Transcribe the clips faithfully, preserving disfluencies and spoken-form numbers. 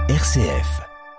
R C F.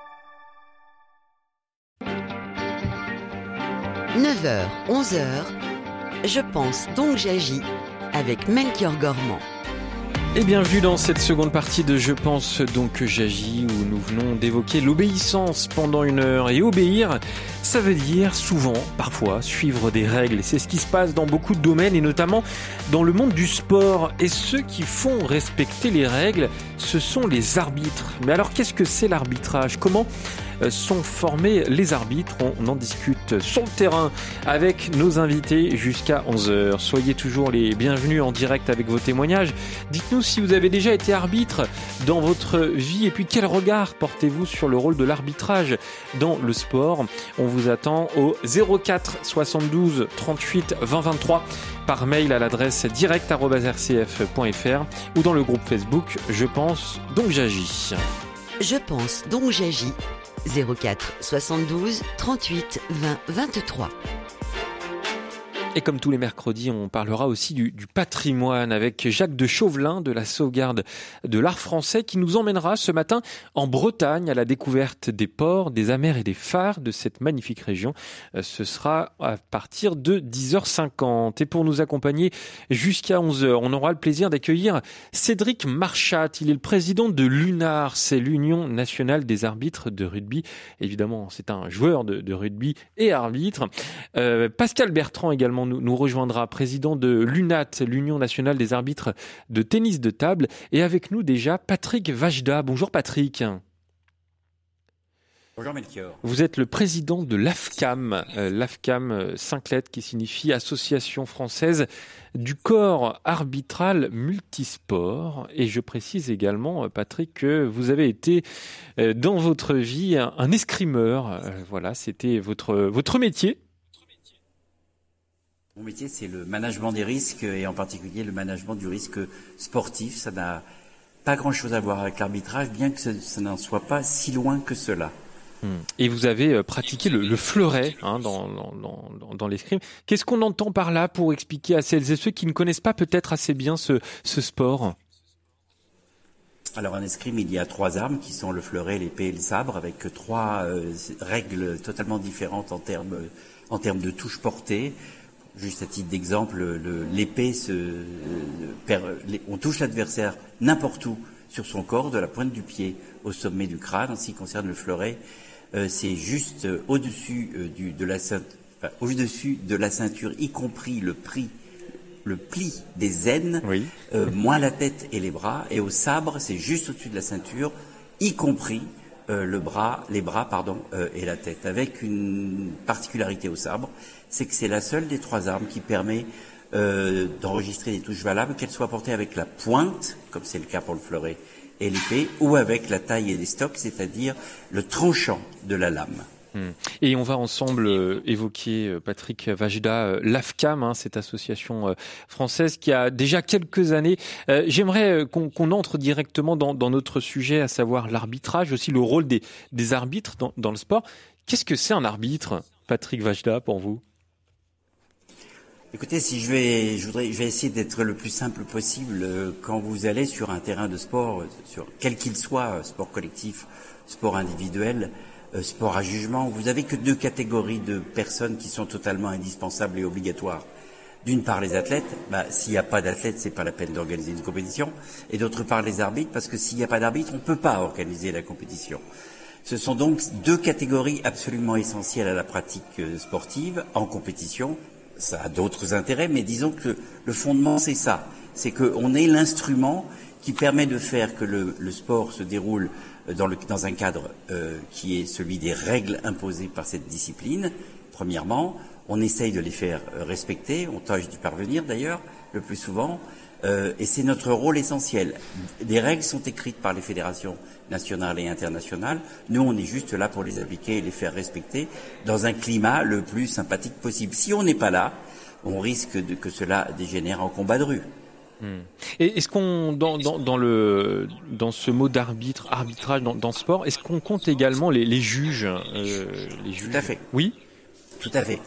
neuf heures, onze heures, je pense donc j'agis avec Melchior Gormand. Et bienvenue dans cette seconde partie de Je pense donc que j'agis, où nous venons d'évoquer l'obéissance pendant une heure. Et obéir, ça veut dire souvent, parfois, suivre des règles. Et c'est ce qui se passe dans beaucoup de domaines, et notamment dans le monde du sport. Et ceux qui font respecter les règles, ce sont les arbitres. Mais alors, qu'est-ce que c'est l'arbitrage ? Comment sont formés les arbitres? On en discute sur le terrain avec nos invités jusqu'à onze heures. Soyez toujours les bienvenus en direct avec vos témoignages. Dites-nous si vous avez déjà été arbitre dans votre vie, et puis quel regard portez-vous sur le rôle de l'arbitrage dans le sport. On vous attend au zéro quatre soixante-douze trente-huit vingt vingt-trois, par mail à l'adresse direct arobase r c f point f r ou dans le groupe Facebook Je pense donc j'agis. Je pense donc j'agis. zéro quatre soixante-douze trente-huit vingt vingt-trois. Et comme tous les mercredis, on parlera aussi du, du patrimoine avec Jacques de Chauvelin de la Sauvegarde de l'Art français, qui nous emmènera ce matin en Bretagne à la découverte des ports, des amers et des phares de cette magnifique région. Ce sera à partir de dix heures cinquante. Et pour nous accompagner jusqu'à onze heures, on aura le plaisir d'accueillir Cédric Marchat. Il est le président de l'U N A R, c'est l'Union nationale des arbitres de rugby. Évidemment, c'est un joueur de, de rugby et arbitre. Euh, Pascal Bertrand également nous, nous rejoindra, président de l'U N A T, l'Union nationale des arbitres de tennis de table. Et avec nous déjà Patrick Vajda. Bonjour Patrick. Bonjour Melchior. Vous êtes le président de l'A F C A M, euh, l'A F C A M euh, cinq lettres qui signifie Association française du corps arbitral multisport. Et je précise également, Patrick, que vous avez été euh, dans votre vie un, un escrimeur. Euh, voilà, c'était votre, votre métier. Mon métier, c'est le management des risques, et en particulier le management du risque sportif. Ça n'a pas grand-chose à voir avec l'arbitrage, bien que ça, ça n'en soit pas si loin que cela. Et vous avez pratiqué le, le fleuret hein, dans, dans, dans, dans l'escrime. Qu'est-ce qu'on entend par là pour expliquer à celles et ceux qui ne connaissent pas peut-être assez bien ce, ce sport ? Alors en escrime, il y a trois armes qui sont le fleuret, l'épée et le sabre, avec trois euh, règles totalement différentes en termes, en termes de touches portées. Juste à titre d'exemple, le, l'épée, se, euh, per, les, on touche l'adversaire n'importe où sur son corps, de la pointe du pied au sommet du crâne. En ce qui concerne le fleuret, euh, c'est juste euh, au-dessus euh, du, de la ceinture, enfin, au-dessus de la ceinture, y compris le pli, le pli des aines, oui. euh, moins la tête et les bras. Et au sabre, c'est juste au-dessus de la ceinture, y compris euh, le bras, les bras, pardon, euh, et la tête. Avec une particularité au sabre, c'est que c'est la seule des trois armes qui permet euh, d'enregistrer des touches valables, qu'elles soient portées avec la pointe, comme c'est le cas pour le fleuret et l'épée, ou avec la taille et les stocks, c'est-à-dire le tranchant de la lame. Et on va ensemble euh, évoquer, euh, Patrick Vajda, euh, l'A F C A M, hein, cette association euh, française qui a déjà quelques années. Euh, j'aimerais euh, qu'on, qu'on entre directement dans, dans notre sujet, à savoir l'arbitrage, aussi le rôle des, des arbitres dans, dans le sport. Qu'est-ce que c'est un arbitre, Patrick Vajda, pour vous ? Écoutez, si je vais, je voudrais, je vais essayer d'être le plus simple possible. Quand vous allez sur un terrain de sport, sur quel qu'il soit, sport collectif, sport individuel, sport à jugement, vous avez que deux catégories de personnes qui sont totalement indispensables et obligatoires. D'une part, les athlètes. Bah, s'il n'y a pas d'athlètes, c'est pas la peine d'organiser une compétition. Et d'autre part, les arbitres, parce que s'il n'y a pas d'arbitre, on ne peut pas organiser la compétition. Ce sont donc deux catégories absolument essentielles à la pratique sportive en compétition. Ça a d'autres intérêts, mais disons que le fondement, c'est ça. C'est qu'on est l'instrument qui permet de faire que le, le sport se déroule dans, le, dans un cadre euh, qui est celui des règles imposées par cette discipline. Premièrement, on essaye de les faire respecter, on tâche d'y parvenir d'ailleurs, le plus souvent, euh, et c'est notre rôle essentiel. Les règles sont écrites par les fédérations nationales et internationales. Nous, on est juste là pour les appliquer et les faire respecter dans un climat le plus sympathique possible. Si on n'est pas là, on risque de, que cela dégénère en combat de rue. Hum. Et est-ce qu'on, dans, dans, dans, le, dans ce mot d'arbitre, arbitrage dans, dans ce sport, est-ce qu'on compte également les, les juges, euh, les juges Tout à fait. Oui. Tout à fait.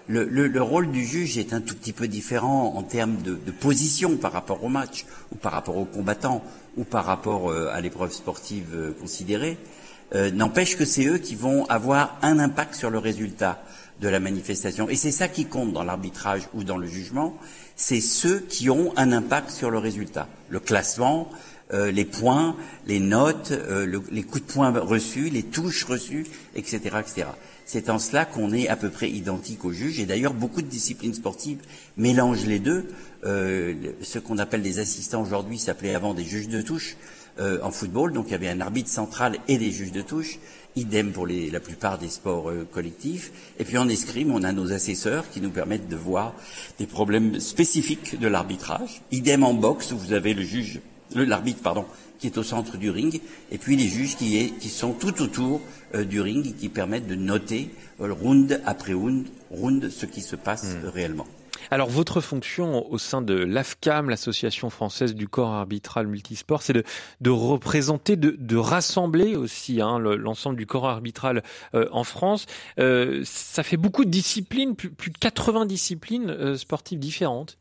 Le, le, le rôle du juge est un tout petit peu différent en termes de, de position par rapport au match, ou par rapport aux combattants, ou par rapport euh, à l'épreuve sportive euh, considérée. Euh, n'empêche que c'est eux qui vont avoir un impact sur le résultat de la manifestation. Et c'est ça qui compte dans l'arbitrage ou dans le jugement, c'est ceux qui ont un impact sur le résultat. Le classement, euh, les points, les notes, euh, le, les coups de poing reçus, les touches reçues, et cetera, et cetera. C'est en cela qu'on est à peu près identique aux juges. Et d'ailleurs, beaucoup de disciplines sportives mélangent les deux. Euh, ce qu'on appelle des assistants aujourd'hui s'appelait avant des juges de touche euh, en football. Donc il y avait un arbitre central et des juges de touche. Idem pour les, la plupart des sports euh, collectifs. Et puis en escrime, on a nos assesseurs qui nous permettent de voir des problèmes spécifiques de l'arbitrage. Idem en boxe, où vous avez le juge, le, l'arbitre, pardon, qui est au centre du ring, et puis les juges qui, est, qui sont tout autour euh, du ring et qui permettent de noter euh, round après round, round ce qui se passe mmh. euh, réellement. Alors, votre fonction au sein de l'A F C A M, l'Association française du corps arbitral multisport, c'est de, de représenter, de, de rassembler aussi hein, le, l'ensemble du corps arbitral euh, en France. Euh, ça fait beaucoup de disciplines, plus, plus de quatre-vingts disciplines euh, sportives différentes.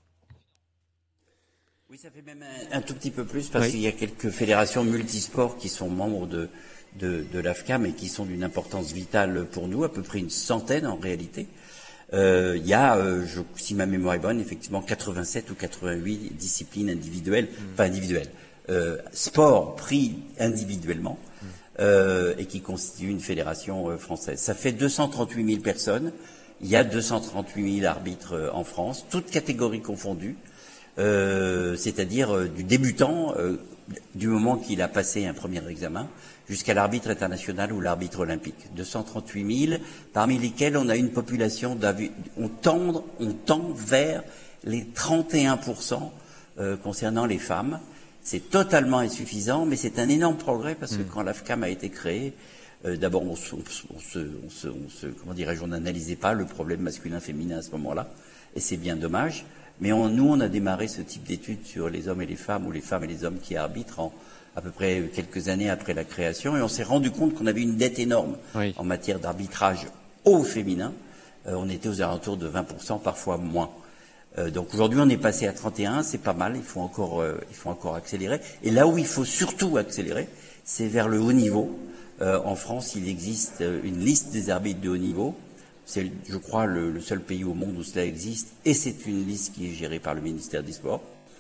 Oui, ça fait même un, un tout petit peu plus parce oui. qu'il y a quelques fédérations multisports qui sont membres de, de, de l'A F C A M et qui sont d'une importance vitale pour nous, à peu près une centaine en réalité. Euh, il y a, euh, je, si ma mémoire est bonne, effectivement quatre-vingt-sept ou quatre-vingt-huit disciplines individuelles, mmh. enfin individuelles, euh, sport pris individuellement mmh. euh, et qui constituent une fédération euh, française. Ça fait deux cent trente-huit mille personnes. Il y a deux cent trente-huit mille arbitres euh, en France, toutes catégories confondues. Euh, c'est-à-dire euh, du débutant, euh, du moment qu'il a passé un premier examen, jusqu'à l'arbitre international ou l'arbitre olympique. deux cent trente-huit mille, parmi lesquels on a une population, on tend, on tend vers les trente et un pour cent euh, concernant les femmes. C'est totalement insuffisant, mais c'est un énorme progrès parce que mmh. quand l'A F C A M a été créée, euh, d'abord on se, on, se, on, se, on, se, on se, comment dirais-je, on n'analysait pas le problème masculin-féminin à ce moment-là, et c'est bien dommage. Mais on, nous, on a démarré ce type d'études sur les hommes et les femmes, ou les femmes et les hommes qui arbitrent en à peu près quelques années après la création, et on s'est rendu compte qu'on avait une dette énorme oui. en matière d'arbitrage au féminin. Euh, on était aux alentours de vingt pour cent, parfois moins. Euh, donc aujourd'hui, on est passé à trente et un, c'est pas mal, il faut encore, euh, il faut encore accélérer. Et là où il faut surtout accélérer, c'est vers le haut niveau. Euh, en France, il existe une liste des arbitres de haut niveau. C'est, je crois, le, le seul pays au monde où cela existe, et c'est une liste qui est gérée par le ministère des Sports.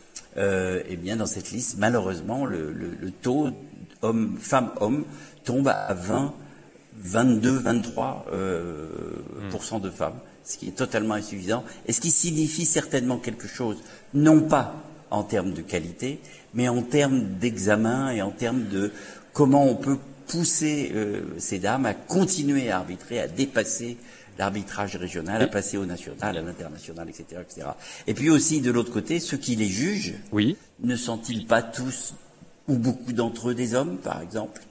Euh, et bien dans cette liste, malheureusement, le, le, le taux homme, femme-homme tombe à vingt, vingt-deux, vingt-trois euh, mmh. pour cent de femmes, ce qui est totalement insuffisant, et ce qui signifie certainement quelque chose, non pas en termes de qualité, mais en termes d'examen et en termes de comment on peut pousser euh, ces dames à continuer à arbitrer, à dépasser l'arbitrage régional, à passer au national, à l'international, et cetera, et cetera. Et puis aussi, de l'autre côté, ceux qui les jugent, oui. ne sont-ils pas tous, ou beaucoup d'entre eux, des hommes, par exemple,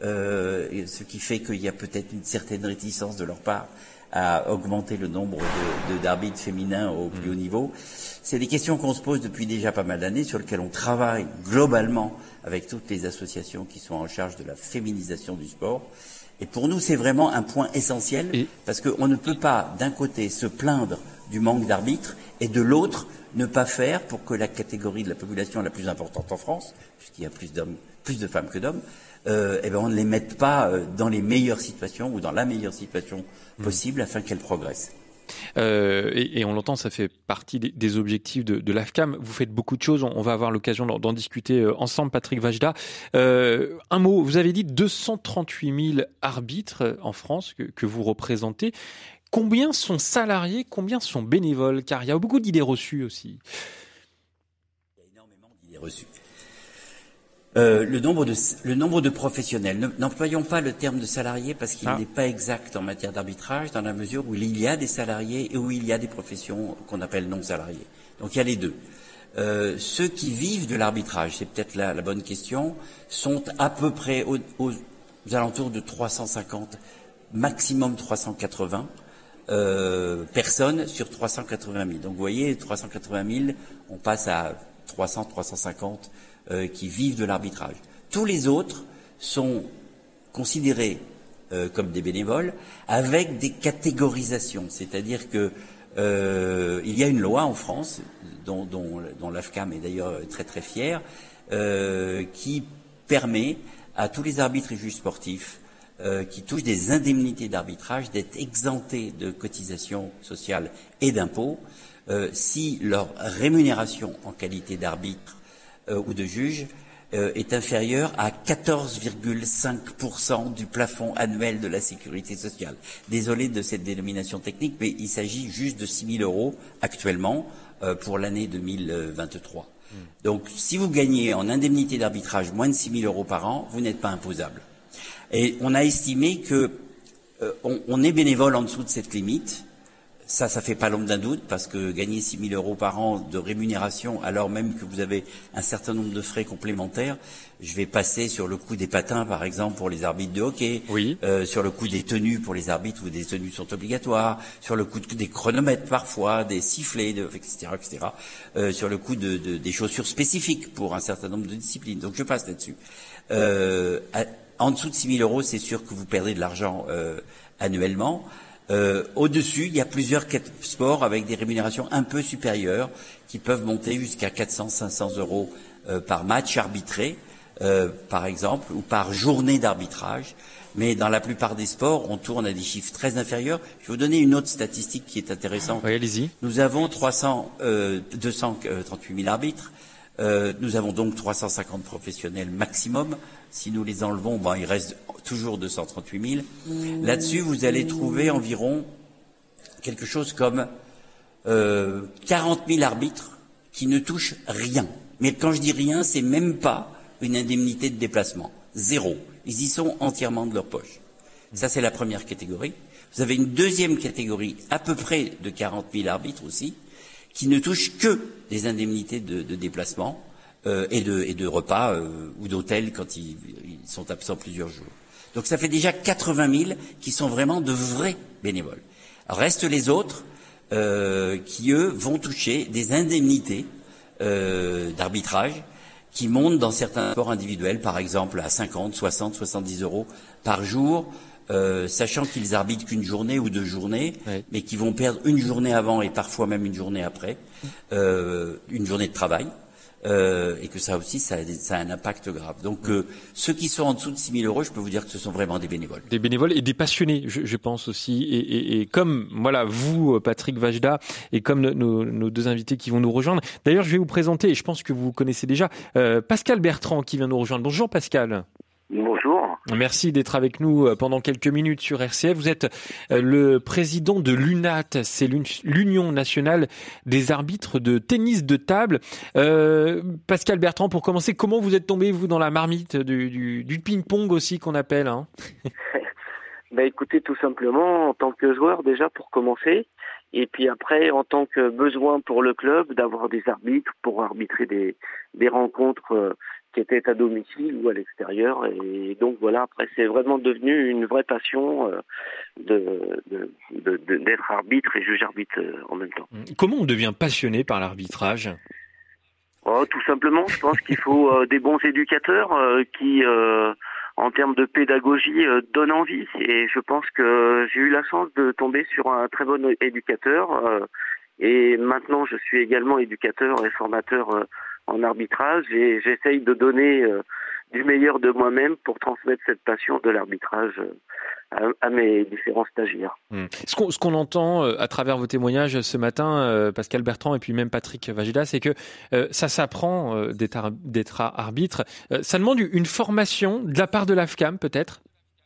euh, et ce qui fait qu'il y a peut-être une certaine réticence de leur part à augmenter le nombre de, de, d'arbitres féminins au plus haut niveau. C'est des questions qu'on se pose depuis déjà pas mal d'années, sur lesquelles on travaille globalement avec toutes les associations qui sont en charge de la féminisation du sport. Et pour nous, c'est vraiment un point essentiel, et parce qu'on ne peut pas, d'un côté, se plaindre du manque d'arbitres, et de l'autre, ne pas faire pour que la catégorie de la population la plus importante en France, puisqu'il y a plus d'hommes, plus de femmes que d'hommes, euh, eh ben on ne les mette pas dans les meilleures situations, ou dans la meilleure situation possible, mmh. afin qu'elles progressent. Euh, et, et on l'entend, ça fait partie des, des objectifs de, de l'A F C A M. Vous faites beaucoup de choses, on, on va avoir l'occasion d'en, d'en discuter ensemble, Patrick Vajda. Euh, un mot, vous avez dit deux cent trente-huit mille arbitres en France que, que vous représentez. Combien sont salariés, combien sont bénévoles? Car il y a beaucoup d'idées reçues aussi. Il y a énormément d'idées reçues. Euh, le nombre de le nombre de professionnels. N'employons pas le terme de salariés parce qu'il ah. n'est pas exact en matière d'arbitrage, dans la mesure où il y a des salariés et où il y a des professions qu'on appelle non salariées. Donc il y a les deux. Euh, ceux qui vivent de l'arbitrage, c'est peut-être la, la bonne question, sont à peu près aux, aux alentours de trois cent cinquante, maximum trois cent quatre-vingts euh, personnes sur trois cent quatre-vingt mille. Donc vous voyez, trois cent quatre-vingt mille, on passe à trois cents, trois cent cinquante euh, qui vivent de l'arbitrage. Tous les autres sont considérés euh, comme des bénévoles avec des catégorisations, c'est-à-dire que euh, il y a une loi en France, dont, dont, dont l'A F C A M est d'ailleurs très très fière, euh, qui permet à tous les arbitres et juges sportifs euh, qui touchent des indemnités d'arbitrage d'être exemptés de cotisations sociales et d'impôts euh, si leur rémunération en qualité d'arbitre euh, ou de juge euh, est inférieure à quatorze virgule cinq pour cent du plafond annuel de la sécurité sociale. Désolé de cette dénomination technique, mais il s'agit juste de six mille euros actuellement euh, pour l'année deux mille vingt-trois. Mmh. Donc, si vous gagnez en indemnité d'arbitrage moins de six mille euros par an, vous n'êtes pas imposable. Et on a estimé que euh, on, on est bénévole en dessous de cette limite. Ça, ça fait pas l'ombre d'un doute, parce que gagner six mille euros par an de rémunération, alors même que vous avez un certain nombre de frais complémentaires, je vais passer sur le coût des patins, par exemple, pour les arbitres de hockey, oui. euh, sur le coût des tenues pour les arbitres où des tenues sont obligatoires, sur le coût des chronomètres parfois, des sifflets, de, et cetera, et cetera, euh, sur le coût de, de, des chaussures spécifiques pour un certain nombre de disciplines. Donc je passe là-dessus. Euh, à, en dessous de six mille euros, c'est sûr que vous perdez de l'argent euh, annuellement. Euh, au-dessus, il y a plusieurs sports avec des rémunérations un peu supérieures qui peuvent monter jusqu'à quatre cents, cinq cents euros euh, par match arbitré, euh, par exemple, ou par journée d'arbitrage. Mais dans la plupart des sports, on tourne à des chiffres très inférieurs. Je vais vous donner une autre statistique qui est intéressante. Oui, allez-y. Nous avons trois cents, euh, deux cent trente-huit mille arbitres. Euh, nous avons donc trois cent cinquante professionnels maximum. Si nous les enlevons, ben, il reste toujours deux cent trente-huit mille. Là-dessus, vous allez trouver environ quelque chose comme euh, quarante mille arbitres qui ne touchent rien. Mais quand je dis rien, c'est même pas une indemnité de déplacement. Zéro. Ils y sont entièrement de leur poche. Ça, c'est la première catégorie. Vous avez une deuxième catégorie, à peu près de quarante mille arbitres aussi, qui ne touchent que des indemnités de, de déplacement euh, et, de, et de repas euh, ou d'hôtel quand ils, ils sont absents plusieurs jours. Donc ça fait déjà quatre-vingt mille qui sont vraiment de vrais bénévoles. Alors, restent les autres euh, qui, eux, vont toucher des indemnités euh, d'arbitrage qui montent dans certains sports individuels, par exemple à cinquante, soixante, soixante-dix euros par jour, Euh, sachant qu'ils arbitrent qu'une journée ou deux journées, oui. mais qui vont perdre une journée avant et parfois même une journée après, euh, une journée de travail, euh, et que ça aussi, ça a, ça a un impact grave. Donc, euh, ceux qui sont en dessous de six mille euros, je peux vous dire que ce sont vraiment des bénévoles. Des bénévoles et des passionnés, je, je pense aussi. Et, et, et comme voilà, vous, Patrick Vajda, et comme nos, nos deux invités qui vont nous rejoindre. D'ailleurs, je vais vous présenter, et je pense que vous connaissez déjà, euh, Pascal Bertrand qui vient nous rejoindre. Bonjour Pascal. Bonjour. Merci d'être avec nous pendant quelques minutes sur R C F. Vous êtes le président de l'U N A T, c'est l'Union nationale des arbitres de tennis de table. Euh, Pascal Bertrand, pour commencer, comment vous êtes tombé, vous, dans la marmite du, du, du ping-pong aussi qu'on appelle hein Ben écoutez, tout simplement, en tant que joueur déjà pour commencer, et puis après, en tant que besoin pour le club d'avoir des arbitres pour arbitrer des, des rencontres euh, qui étaient à domicile ou à l'extérieur. Et donc voilà, après c'est vraiment devenu une vraie passion euh, de, de, de, de, d'être arbitre et juge arbitre euh, en même temps. Comment on devient passionné par l'arbitrage ? Oh, tout simplement, je pense qu'il faut euh, des bons éducateurs euh, qui, euh, en termes de pédagogie, euh, donnent envie. Et je pense que j'ai eu la chance de tomber sur un très bon éducateur. Euh, et maintenant, je suis également éducateur et formateur euh, en arbitrage et j'essaye de donner euh, du meilleur de moi-même pour transmettre cette passion de l'arbitrage euh, à, à mes différents stagiaires. Mmh. Ce qu'on, ce qu'on entend euh, à travers vos témoignages ce matin, euh, Pascal Bertrand et puis même Patrick Vajda, c'est que euh, ça s'apprend euh, d'être, ar- d'être arbitre. Euh, ça demande une formation de la part de l'A F C A M peut-être ?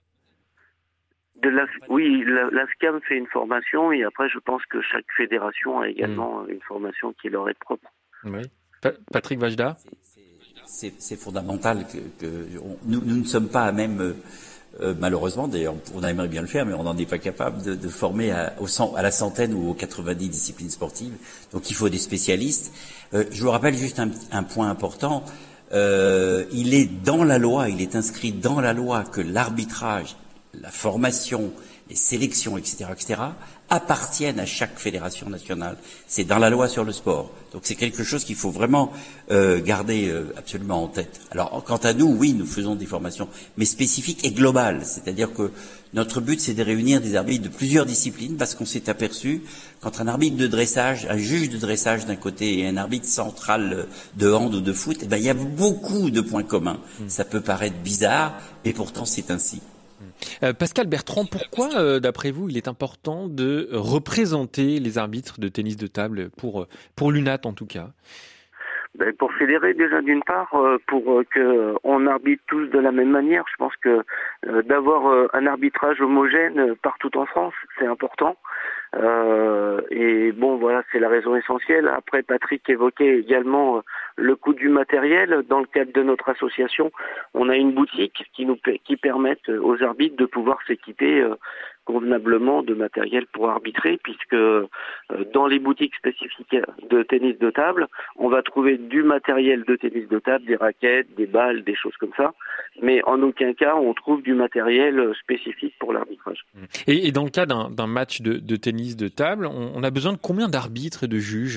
De la, oui, la, l'A F C A M fait une formation et après je pense que chaque fédération a également mmh. une formation qui leur est propre. Oui. Patrick Vajda, c'est, c'est fondamental que, que on, nous, nous ne sommes pas à même, euh, malheureusement d'ailleurs, on aimerait bien le faire, mais on n'en est pas capable de, de former à, au cent, à la centaine ou aux quatre-vingt-dix disciplines sportives. Donc il faut des spécialistes. Euh, je vous rappelle juste un, un point important. Euh, il est dans la loi, il est inscrit dans la loi que l'arbitrage, la formation les sélections, et cetera, et cetera, appartiennent à chaque fédération nationale. C'est dans la loi sur le sport. Donc c'est quelque chose qu'il faut vraiment euh, garder euh, absolument en tête. Alors quant à nous, oui, nous faisons des formations, mais spécifiques et globales. C'est-à-dire que notre but, c'est de réunir des arbitres de plusieurs disciplines, parce qu'on s'est aperçu qu'entre un arbitre de dressage, un juge de dressage d'un côté et un arbitre central de hand ou de foot, eh ben, il y a beaucoup de points communs. Mmh. Ça peut paraître bizarre, mais pourtant c'est ainsi. Euh, Pascal Bertrand, pourquoi, euh, d'après vous, il est important de représenter les arbitres de tennis de table pour, pour l'U N A T en tout cas? Ben, pour fédérer déjà d'une part, euh, pour euh, que on arbitre tous de la même manière. Je pense que euh, d'avoir euh, un arbitrage homogène euh, partout en France, c'est important. Euh, et bon, voilà, c'est la raison essentielle. Après, Patrick évoquait également euh, le coût du matériel. Dans le cadre de notre association, on a une boutique qui nous qui permet aux arbitres de pouvoir s'équiper euh, convenablement de matériel pour arbitrer, puisque euh, dans les boutiques spécifiques de tennis de table, on va trouver du matériel de tennis de table, des raquettes, des balles, des choses comme ça, mais en aucun cas on trouve du matériel spécifique pour l'arbitrage. Et, et dans le cas d'un, d'un match de, de tennis de table, on, on a besoin de combien d'arbitres et de juges?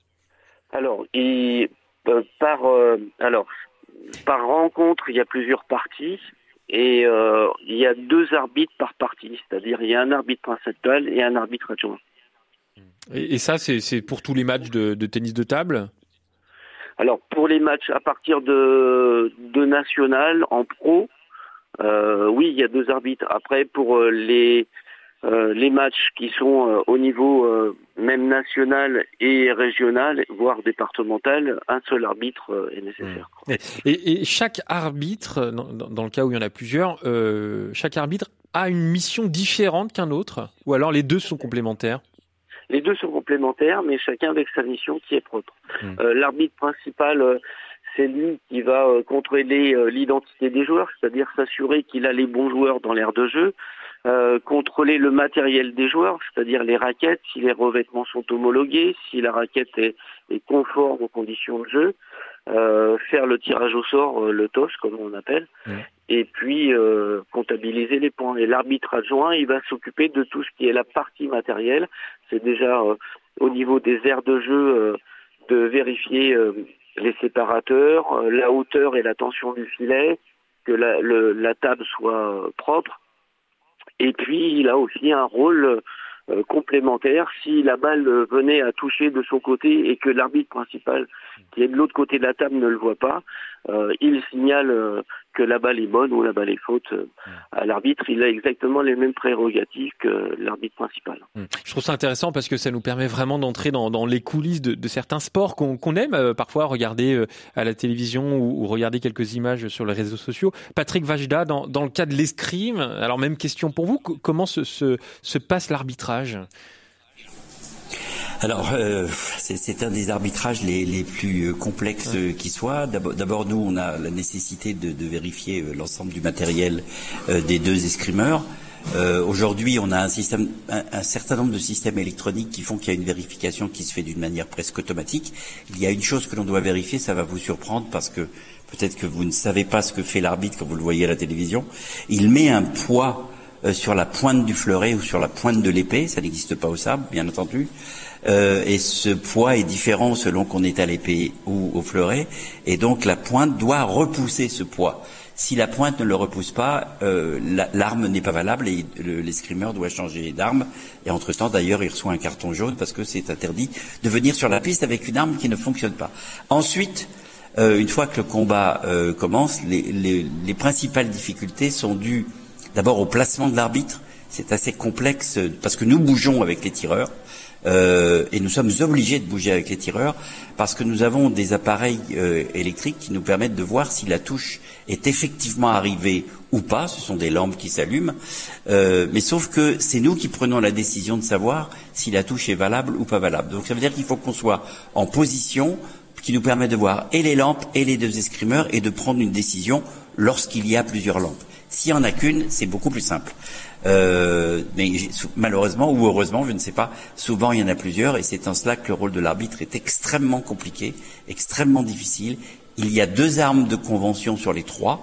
Alors, il, euh, par, euh, alors, par rencontre, il y a plusieurs parties. Et euh, il y a deux arbitres par partie, c'est-à-dire il y a un arbitre principal et un arbitre adjoint. Et, et ça, c'est, c'est pour tous les matchs de, de tennis de table? Alors pour les matchs à partir de, de national, en pro, euh, oui, il y a deux arbitres. Après, pour euh, les euh, les matchs qui sont euh, au niveau euh, même national et régional, voire départemental, un seul arbitre euh, est nécessaire. Et, et, et chaque arbitre, dans, dans le cas où il y en a plusieurs, euh, chaque arbitre a une mission différente qu'un autre, ou alors les deux sont complémentaires? Les deux sont complémentaires, mais chacun avec sa mission qui est propre. Mmh. Euh, l'arbitre principal, euh, c'est lui qui va euh, contrôler euh, l'identité des joueurs, c'est-à-dire s'assurer qu'il a les bons joueurs dans l'aire de jeu, euh, contrôler le matériel des joueurs, c'est-à-dire les raquettes, si les revêtements sont homologués, si la raquette est, est conforme aux conditions de jeu, euh, faire le tirage au sort, euh, le T O S comme on appelle, mmh. et puis euh, comptabiliser les points. Et l'arbitre adjoint, il va s'occuper de tout ce qui est la partie matérielle. C'est déjà euh, au niveau des aires de jeu euh, de vérifier euh, les séparateurs, euh, la hauteur et la tension du filet, que la, le, la table soit euh, propre. Et puis il a aussi un rôle euh, complémentaire. Si la balle euh, venait à toucher de son côté et que l'arbitre principal qui est de l'autre côté de la table ne le voit pas, euh, il signale euh, que la balle est bonne ou la balle est faute euh, à l'arbitre. Il a exactement les mêmes prérogatives que l'arbitre principal. Je trouve ça intéressant parce que ça nous permet vraiment d'entrer dans, dans les coulisses de, de certains sports qu'on, qu'on aime euh, parfois regarder euh, à la télévision ou, ou regarder quelques images sur les réseaux sociaux. Patrick Vajda, dans, dans le cas de l'escrime, alors même question pour vous, comment se, se, se passe l'arbitrage ? Alors, euh, c'est, c'est un des arbitrages les, les plus complexes ouais. qui soient. D'abord, d'abord, nous, on a la nécessité de, de vérifier l'ensemble du matériel euh, des deux escrimeurs. Euh, aujourd'hui, on a un système, un, un certain nombre de systèmes électroniques qui font qu'il y a une vérification qui se fait d'une manière presque automatique. Il y a une chose que l'on doit vérifier, ça va vous surprendre parce que peut-être que vous ne savez pas ce que fait l'arbitre quand vous le voyez à la télévision. Il met un poids euh, sur la pointe du fleuret ou sur la pointe de l'épée. Ça n'existe pas au sabre, bien entendu. Euh, et ce poids est différent selon qu'on est à l'épée ou au fleuret, et donc la pointe doit repousser ce poids. Si la pointe ne le repousse pas, euh, la, l'arme n'est pas valable et le, l'escrimeur doit changer d'arme. Et entre-temps, d'ailleurs, il reçoit un carton jaune parce que c'est interdit de venir sur la piste avec une arme qui ne fonctionne pas. Ensuite, euh, une fois que le combat euh, commence, les, les, les principales difficultés sont dues d'abord au placement de l'arbitre. C'est assez complexe parce que nous bougeons avec les tireurs. Euh, et nous sommes obligés de bouger avec les tireurs parce que nous avons des appareils euh, électriques qui nous permettent de voir si la touche est effectivement arrivée ou pas. Ce sont des lampes qui s'allument, euh, mais sauf que c'est nous qui prenons la décision de savoir si la touche est valable ou pas valable. Donc ça veut dire qu'il faut qu'on soit en position qui nous permet de voir et les lampes et les deux escrimeurs et de prendre une décision lorsqu'il y a plusieurs lampes. S'il n'y en a qu'une, c'est beaucoup plus simple. Euh, mais malheureusement ou heureusement, je ne sais pas, souvent il y en a plusieurs et c'est en cela que le rôle de l'arbitre est extrêmement compliqué, extrêmement difficile. Il y a deux armes de convention sur les trois,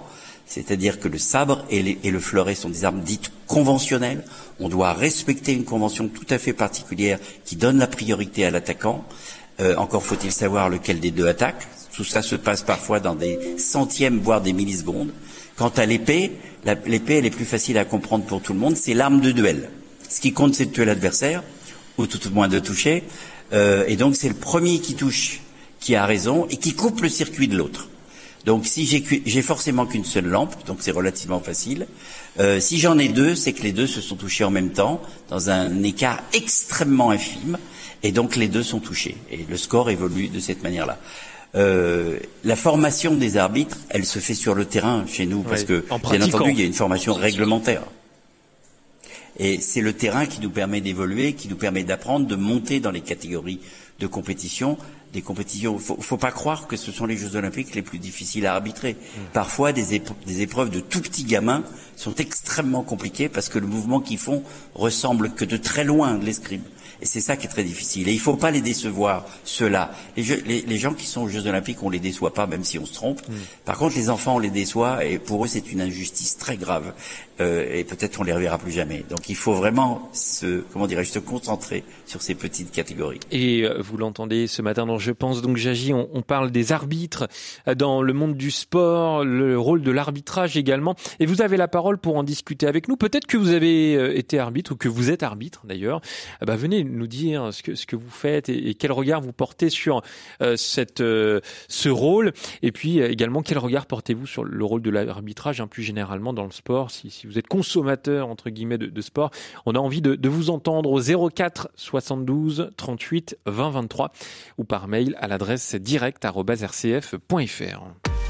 C'est-à-dire que le sabre et, les, et le fleuret sont des armes dites conventionnelles. On doit respecter une convention tout à fait particulière qui donne la priorité à l'attaquant. Euh, encore faut-il savoir lequel des deux attaque. Tout ça se passe parfois dans des centièmes, voire des millisecondes. Quant à l'épée, la, l'épée, elle est plus facile à comprendre pour tout le monde. C'est l'arme de duel. Ce qui compte, c'est de tuer l'adversaire, ou tout au moins de toucher. Euh, et donc, c'est le premier qui touche qui a raison et qui coupe le circuit de l'autre. Donc si j'ai, j'ai forcément qu'une seule lampe, donc c'est relativement facile. Euh, si j'en ai deux, c'est que les deux se sont touchés en même temps, dans un écart extrêmement infime, et donc les deux sont touchés. Et le score évolue de cette manière-là. Euh, la formation des arbitres, elle se fait sur le terrain chez nous, parce ouais, que, bien entendu, il y a une formation réglementaire. Et c'est le terrain qui nous permet d'évoluer, qui nous permet d'apprendre, de monter dans les catégories de compétition. Des compétitions, faut, faut pas croire que ce sont les Jeux Olympiques les plus difficiles à arbitrer. Mmh. Parfois, des, épro- des épreuves de tout petits gamins sont extrêmement compliquées parce que le mouvement qu'ils font ressemble que de très loin de l'escrime. Et c'est ça qui est très difficile. Et il faut pas les décevoir, ceux-là. Les, jeux, les, les gens qui sont aux Jeux Olympiques, on les déçoit pas, même si on se trompe. Mmh. Par contre, les enfants, on les déçoit, et pour eux, c'est une injustice très grave. Euh, et peut-être on les reverra plus jamais. Donc, il faut vraiment se, comment dirais-je, se concentrer sur ces petites catégories. Et euh, vous l'entendez ce matin dans Je pense donc j'agis, on, on parle des arbitres dans le monde du sport, le rôle de l'arbitrage également. Et vous avez la parole pour en discuter avec nous. Peut-être que vous avez été arbitre ou que vous êtes arbitre d'ailleurs. Ah bah, venez nous dire ce que ce que vous faites et, et quel regard vous portez sur euh, cette euh, ce rôle. Et puis euh, également quel regard portez-vous sur le rôle de l'arbitrage, hein, plus généralement dans le sport. Si, si vous êtes consommateur entre guillemets de, de sport, on a envie de, de vous entendre au zéro quatre soixante-douze trente-huit vingt vingt-trois ou par mail à l'adresse direct arobase r c f point f r.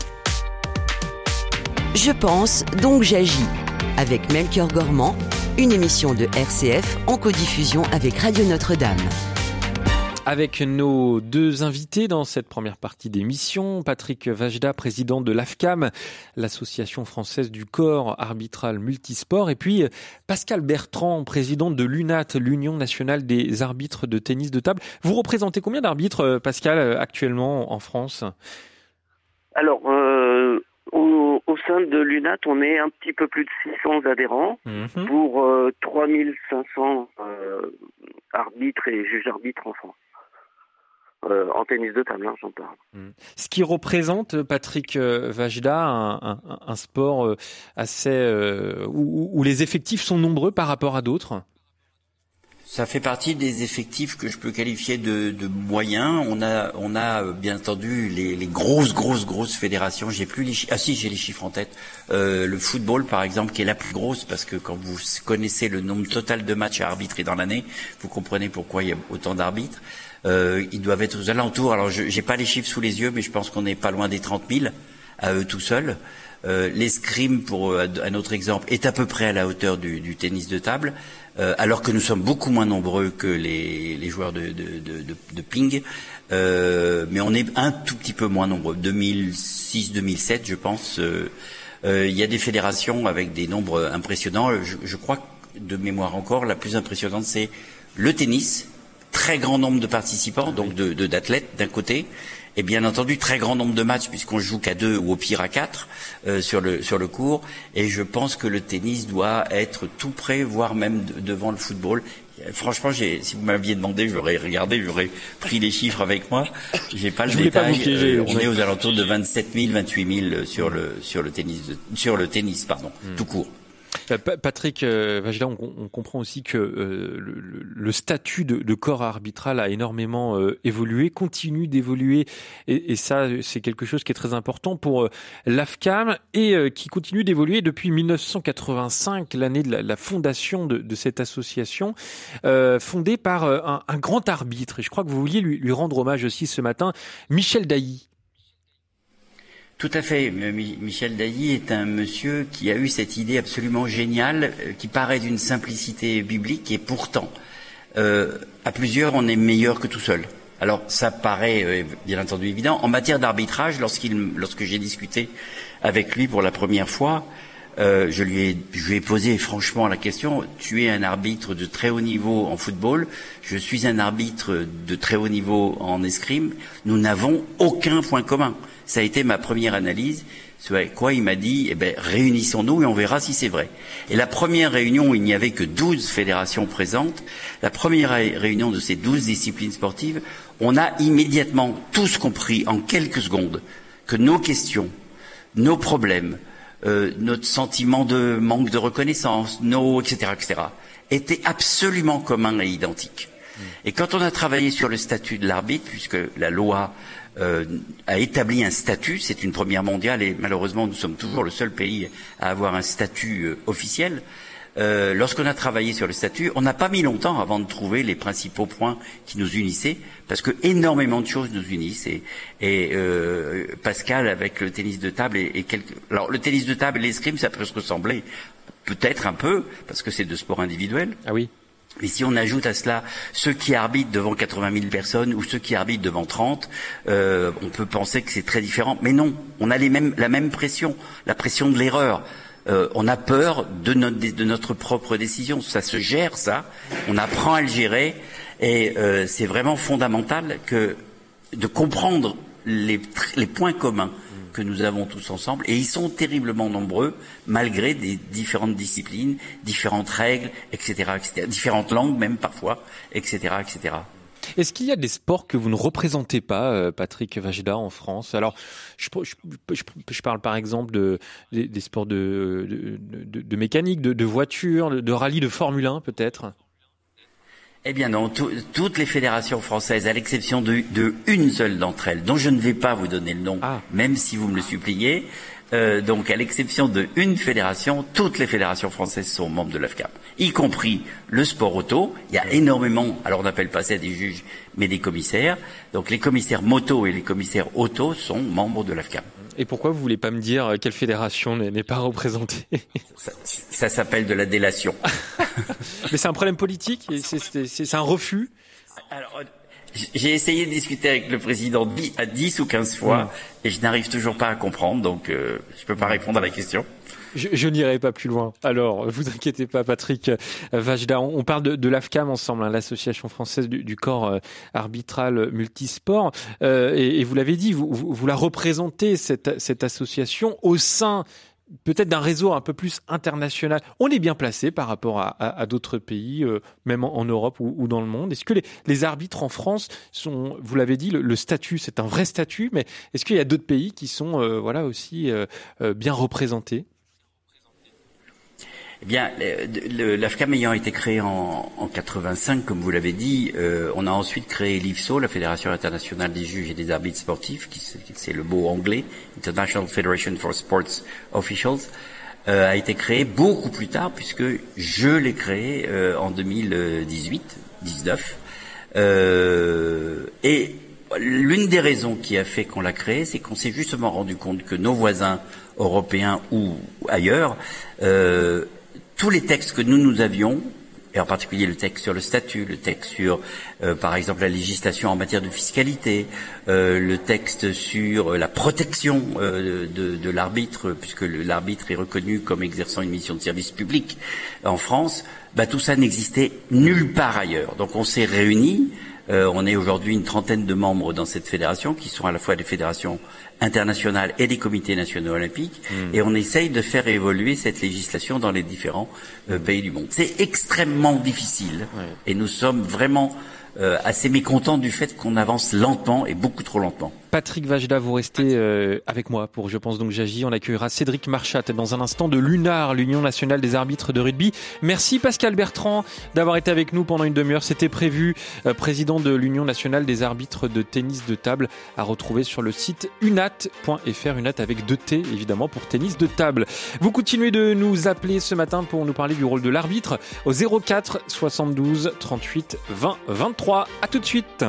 Je pense donc j'agis avec Melchior Gormand, une émission de R C F en codiffusion avec Radio Notre-Dame. Avec nos deux invités dans cette première partie d'émission, Patrick Vajda, président de l'A F C A M, l'association française du corps arbitral multisport, et puis Pascal Bertrand, président de l'U N A T, l'Union nationale des arbitres de tennis de table. Vous représentez combien d'arbitres, Pascal, actuellement en France ? Alors, euh, au, au sein de l'U N A T, on est un petit peu plus de six cents adhérents mmh. pour euh, trois mille cinq cents euh, arbitres et juges arbitres en France. Euh, en tennis de table, hein, j'en parle. Ce qui représente, Patrick Vajda, un, un, un sport assez euh, où, où les effectifs sont nombreux par rapport à d'autres. Ça fait partie des effectifs que je peux qualifier de, de moyens. On a, on a bien entendu les, les grosses, grosses, grosses fédérations. J'ai plus les chiffres. Ah si, j'ai les chiffres en tête. Euh, le football, par exemple, qui est la plus grosse, parce que quand vous connaissez le nombre total de matchs à arbitrer dans l'année, vous comprenez pourquoi il y a autant d'arbitres. Euh, ils doivent être aux alentours. Alors, je j'ai pas les chiffres sous les yeux, mais je pense qu'on n'est pas loin des trente mille à eux tout seuls. Euh, l'escrime, pour un autre exemple, est à peu près à la hauteur du, du tennis de table, euh, alors que nous sommes beaucoup moins nombreux que les, les joueurs de, de, de, de, de ping. Euh, mais on est un tout petit peu moins nombreux. deux mille six deux mille sept, je pense. Euh, euh, il y a des fédérations avec des nombres impressionnants. Je, je crois que, de mémoire encore, la plus impressionnante, c'est le tennis. Très grand nombre de participants, donc de, de d'athlètes d'un côté, et bien entendu très grand nombre de matchs puisqu'on joue qu'à deux ou au pire à quatre euh, sur le sur le court. Et je pense que le tennis doit être tout près, voire même de, devant le football. Franchement, j'ai, si vous m'aviez demandé, j'aurais regardé, j'aurais pris les chiffres avec moi. J'ai pas le détail. Pas euh, on est aux alentours de vingt-sept mille, vingt-huit mille sur le sur le tennis, de, sur le tennis, pardon, hmm. tout court. Patrick euh, Vajda, on, on comprend aussi que euh, le, le statut de, de corps arbitral a énormément euh, évolué, continue d'évoluer, et, et ça, c'est quelque chose qui est très important pour euh, l'A F C A M et euh, qui continue d'évoluer depuis mille neuf cent quatre-vingt-cinq, l'année de la, la fondation de, de cette association, euh, fondée par euh, un, un grand arbitre. Et je crois que vous vouliez lui, lui rendre hommage aussi ce matin, Michel Dailly. Tout à fait. Michel Dailly est un monsieur qui a eu cette idée absolument géniale, qui paraît d'une simplicité biblique, et pourtant, euh, à plusieurs, on est meilleur que tout seul. Alors, ça paraît euh, bien entendu évident. En matière d'arbitrage, lorsqu'il, lorsque j'ai discuté avec lui pour la première fois, euh, je lui ai, je lui ai posé franchement la question. Tu es un arbitre de très haut niveau en football. Je suis un arbitre de très haut niveau en escrime. Nous n'avons aucun point commun. Ça a été ma première analyse. Ce à quoi il m'a dit, eh ben, réunissons-nous et on verra si c'est vrai. Et la première réunion où il n'y avait que douze fédérations présentes, la première réunion de ces douze disciplines sportives, on a immédiatement tous compris en quelques secondes que nos questions, nos problèmes, euh, notre sentiment de manque de reconnaissance, nos, et cetera, et cetera, étaient absolument communs et identiques. Mmh. Et quand on a travaillé sur le statut de l'arbitre, puisque la loi Euh, a établi un statut, c'est une première mondiale et malheureusement nous sommes toujours le seul pays à avoir un statut euh, officiel. Euh, lorsqu'on a travaillé sur le statut, on n'a pas mis longtemps avant de trouver les principaux points qui nous unissaient, parce que énormément de choses nous unissent. Et, et euh, Pascal, avec le tennis de table et, et quelques... Alors le tennis de table et l'escrime, ça peut se ressembler peut-être un peu, parce que c'est deux sports individuels. Ah oui. Mais si on ajoute à cela ceux qui arbitrent devant quatre-vingt mille personnes ou ceux qui arbitrent devant trente, euh, on peut penser que c'est très différent. Mais non, on a les mêmes, la même pression, la pression de l'erreur. Euh, on a peur de notre, de notre propre décision. Ça se gère, ça. On apprend à le gérer. Et euh, c'est vraiment fondamental que de comprendre les, les points communs que nous avons tous ensemble, et ils sont terriblement nombreux, malgré des différentes disciplines, différentes règles, et cetera, et cetera, différentes langues même parfois, et cetera, et cetera. Est-ce qu'il y a des sports que vous ne représentez pas, Patrick Vajda, en France? Alors, je, je, je, je parle par exemple de, des, des sports de, de, de, de mécanique, de, de voiture, de, de rallye, de Formule un peut-être? Eh bien non, tout, toutes les fédérations françaises, à l'exception de, de une seule d'entre elles, dont je ne vais pas vous donner le nom, ah. même si vous me le suppliez, euh, donc à l'exception de une fédération, toutes les fédérations françaises sont membres de l'A F C A M, y compris le sport auto. Il y a énormément, alors on n'appelle pas ça des juges, mais des commissaires. Donc les commissaires moto et les commissaires auto sont membres de l'A F C A M. Et pourquoi vous voulez pas me dire quelle fédération n'est pas représentée? Ça, ça s'appelle de la délation. Mais c'est un problème politique, c'est, c'est, c'est, c'est un refus. Alors, j'ai essayé de discuter avec le président à dix ou quinze fois, mmh. et je n'arrive toujours pas à comprendre, donc euh, je peux pas répondre à la question. Je, je n'irai pas plus loin. Alors, vous inquiétez pas, Patrick Vajda. On parle de, de l'A F C A M ensemble, hein, l'association française du, du corps euh, arbitral multisport. Euh, et, et vous l'avez dit, vous, vous, vous la représentez, cette, cette association, au sein peut-être d'un réseau un peu plus international. On est bien placé par rapport à, à, à d'autres pays, euh, même en, en Europe ou, ou dans le monde. Est-ce que les, les arbitres en France sont, vous l'avez dit, le, le statut, c'est un vrai statut, mais est-ce qu'il y a d'autres pays qui sont euh, voilà, aussi euh, euh, bien représentés? Eh bien, l'A F C A M ayant été créé en, en quatre-vingt-cinq, comme vous l'avez dit, euh, on a ensuite créé l'I F S O, la Fédération internationale des juges et des arbitres sportifs, qui c'est le mot anglais, International Federation for Sports Officials, euh, a été créé beaucoup plus tard, puisque je l'ai créé euh, en deux mille dix-huit dix-neuf. Euh, et l'une des raisons qui a fait qu'on l'a créé, c'est qu'on s'est justement rendu compte que nos voisins européens ou ailleurs, euh, tous les textes que nous, nous avions, et en particulier le texte sur le statut, le texte sur, euh, par exemple, la législation en matière de fiscalité, euh, le texte sur la protection euh, de, de l'arbitre, puisque le, l'arbitre est reconnu comme exerçant une mission de service public en France, bah, tout ça n'existait nulle part ailleurs. Donc on s'est réunis, euh, on est aujourd'hui une trentaine de membres dans cette fédération, qui sont à la fois des fédérations internationales et des comités nationaux olympiques, mmh. et on essaye de faire évoluer cette législation dans les différents euh, pays du monde. C'est extrêmement difficile, ouais. et nous sommes vraiment euh, assez mécontents du fait qu'on avance lentement et beaucoup trop lentement. Patrick Vajda, vous restez euh, avec moi pour Je pense donc j'agis. On accueillera Cédric Marchat dans un instant de l'U N A R, l'Union nationale des arbitres de rugby. Merci Pascal Bertrand d'avoir été avec nous pendant une demi-heure. C'était prévu, euh, président de l'Union nationale des arbitres de tennis de table, à retrouver sur le site unat point f r, unat avec deux T évidemment pour tennis de table. Vous continuez de nous appeler ce matin pour nous parler du rôle de l'arbitre au zéro quatre soixante-douze trente-huit vingt vingt-trois. À tout de suite.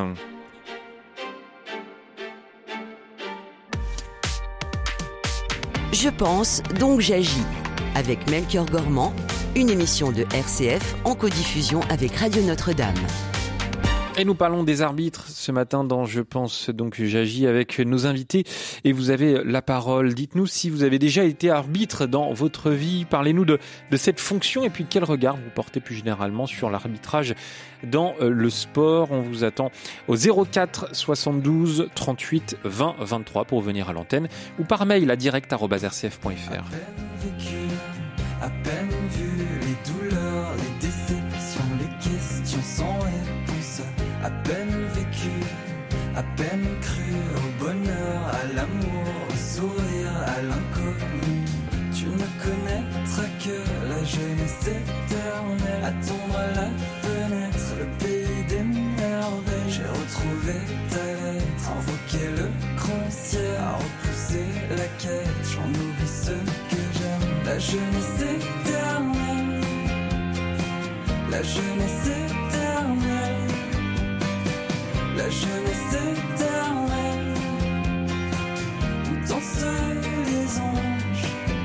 Je pense, donc j'agis. Avec Melchior Gormand, une émission de R C F en codiffusion avec Radio Notre-Dame. Et nous parlons des arbitres ce matin dans Je pense donc j'agis avec nos invités et vous avez la parole. Dites-nous si vous avez déjà été arbitre dans votre vie. Parlez-nous de, de cette fonction et puis quel regard vous portez plus généralement sur l'arbitrage dans le sport. On vous attend au zéro quatre soixante-douze trente-huit vingt vingt-trois pour venir à l'antenne ou par mail à direct arobase r c f point f r. À peine vécu, à peine vu les douleurs, les déceptions, les questions sans réponse. À peine vécu, à peine cru au bonheur, à l'amour, au sourire, à l'inconnu. Tu ne connaîtras que la jeunesse éternelle. Attendre à la fenêtre, le pays des merveilles. J'ai retrouvé ta lettre, invoqué le grand ciel, à repousser la quête. J'en oublie ce que j'aime. La jeunesse éternelle, la jeunesse éternelle. La jeunesse éternelle, où dansent les anges.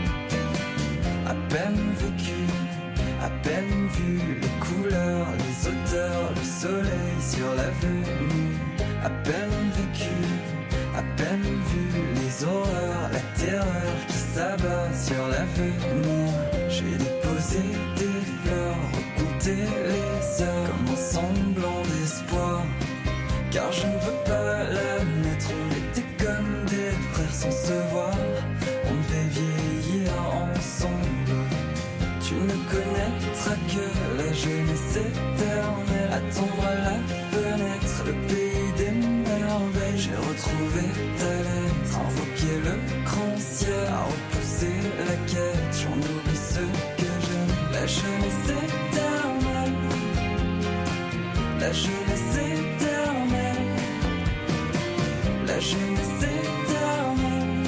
À peine vécu, à peine vu les couleurs, les odeurs, le soleil sur l'avenue. À peine vécu, à peine vu les horreurs, la terreur qui s'abat sur l'avenir. J'ai déposé des fleurs, recompté les heures comme un semblant d'espoir. Car je ne veux pas l'admettre, on était comme des frères sans se voir. On devait vieillir ensemble. Tu ne connaîtras que la jeunesse éternelle. Attendre à la fenêtre, le pays des merveilles. J'ai retrouvé ta lettre, invoqué le grand ciel, à repousser la quête. J'en oublie ce que j'aime. La jeunesse éternelle, la jeunesse éternelle. La jeunesse éternelle,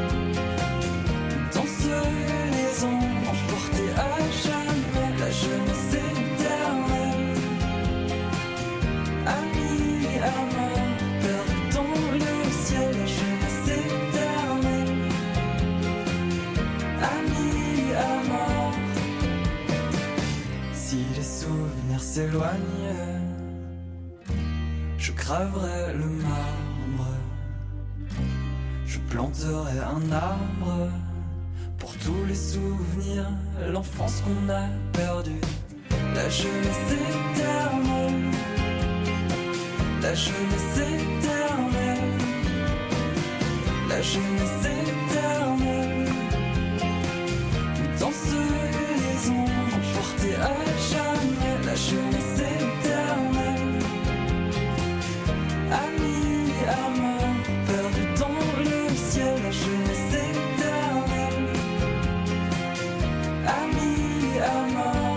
danse les anges, portés à jamais. La jeunesse éternelle, amis à mort, perdus dans le ciel. La jeunesse éternelle, amis à mort. Si les souvenirs s'éloignent, je graverai le marbre. Je planterai un arbre pour tous les souvenirs, l'enfance qu'on a perdue. La jeunesse éternelle, la jeunesse éternelle, la jeunesse éternelle. Où dansent les anges, portés à jamais. La jeunesse éternelle, amis à mort, perdus dans le ciel. La jeunesse éternelle, amis à mort.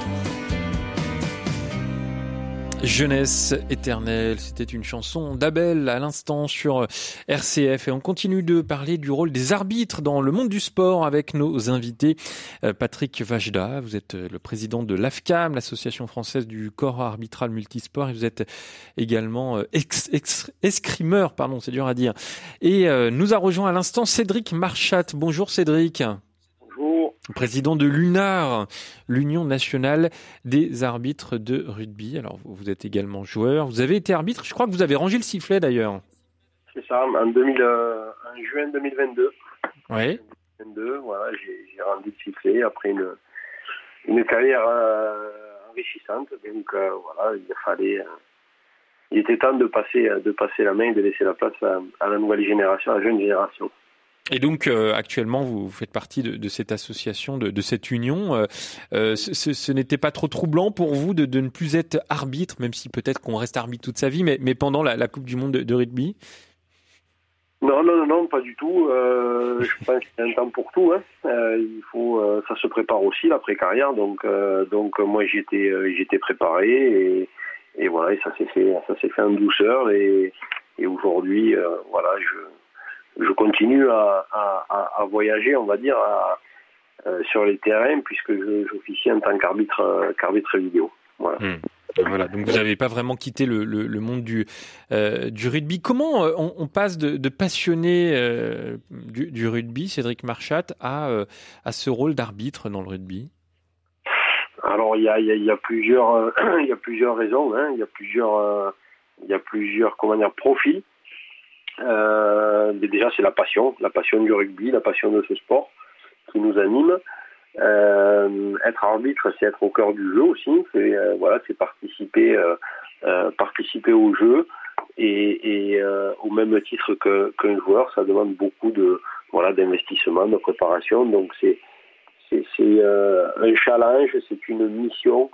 Jeunesse éternelle, c'était une chanson d'Abel à l'instant sur R C F et on continue de parler du rôle des arbitres dans le monde du sport avec nos invités. Patrick Vajda, vous êtes le président de l'A F C A M, l'association française du corps arbitral multisport, et vous êtes également ex, ex, escrimeur, pardon, c'est dur à dire. Et euh, nous a rejoint à l'instant Cédric Marchat. Bonjour Cédric. Bonjour. Président de l'U N A R, l'Union nationale des arbitres de rugby. Alors, vous êtes également joueur. Vous avez été arbitre. Je crois que vous avez rangé le sifflet d'ailleurs. C'est ça, en, deux mille, euh, en juin deux mille vingt-deux. Oui. deux mille vingt-deux, voilà, j'ai, j'ai rendu le sifflet après une, une carrière euh, enrichissante. Donc, euh, voilà, il fallait, euh, il était temps de passer, de passer la main et de laisser la place à, à la nouvelle génération, à la jeune génération. Et donc euh, actuellement vous faites partie de, de cette association, de, de cette union. Euh, euh, ce, ce n'était pas trop troublant pour vous de, de ne plus être arbitre, même si peut-être qu'on reste arbitre toute sa vie, mais, mais pendant la, la Coupe du Monde de, de rugby? Non, non, non, non, pas du tout. Euh, je pense qu'il y a un temps pour tout. Hein. Euh, il faut, euh, ça se prépare aussi l'après-carrière. Donc, euh, donc moi j'étais, euh, j'étais préparé et, et voilà, et ça s'est fait, ça s'est fait en douceur et, et aujourd'hui, euh, voilà, je. Je continue à, à, à voyager, on va dire, à, euh, sur les terrains, puisque je, j'officie en tant qu'arbitre, euh, qu'arbitre vidéo. Voilà. Mmh. Voilà, donc vous n'avez pas vraiment quitté le, le, le monde du, euh, du rugby. Comment on, on passe de, de passionné euh, du, du rugby, Cédric Marchat, à, euh, à ce rôle d'arbitre dans le rugby? Alors, il y a, y, a, y a plusieurs, euh, il y a plusieurs raisons. Hein. Il y a plusieurs, euh, il y a plusieurs, comment dire, profils. Euh, mais déjà, c'est la passion, la passion du rugby, la passion de ce sport qui nous anime. Euh, être arbitre, c'est être au cœur du jeu aussi. C'est euh, voilà, c'est participer, euh, euh, participer au jeu. Et, et euh, au même titre que, qu'un joueur, ça demande beaucoup de voilà d'investissement, de préparation. Donc c'est c'est, c'est euh, un challenge, c'est une mission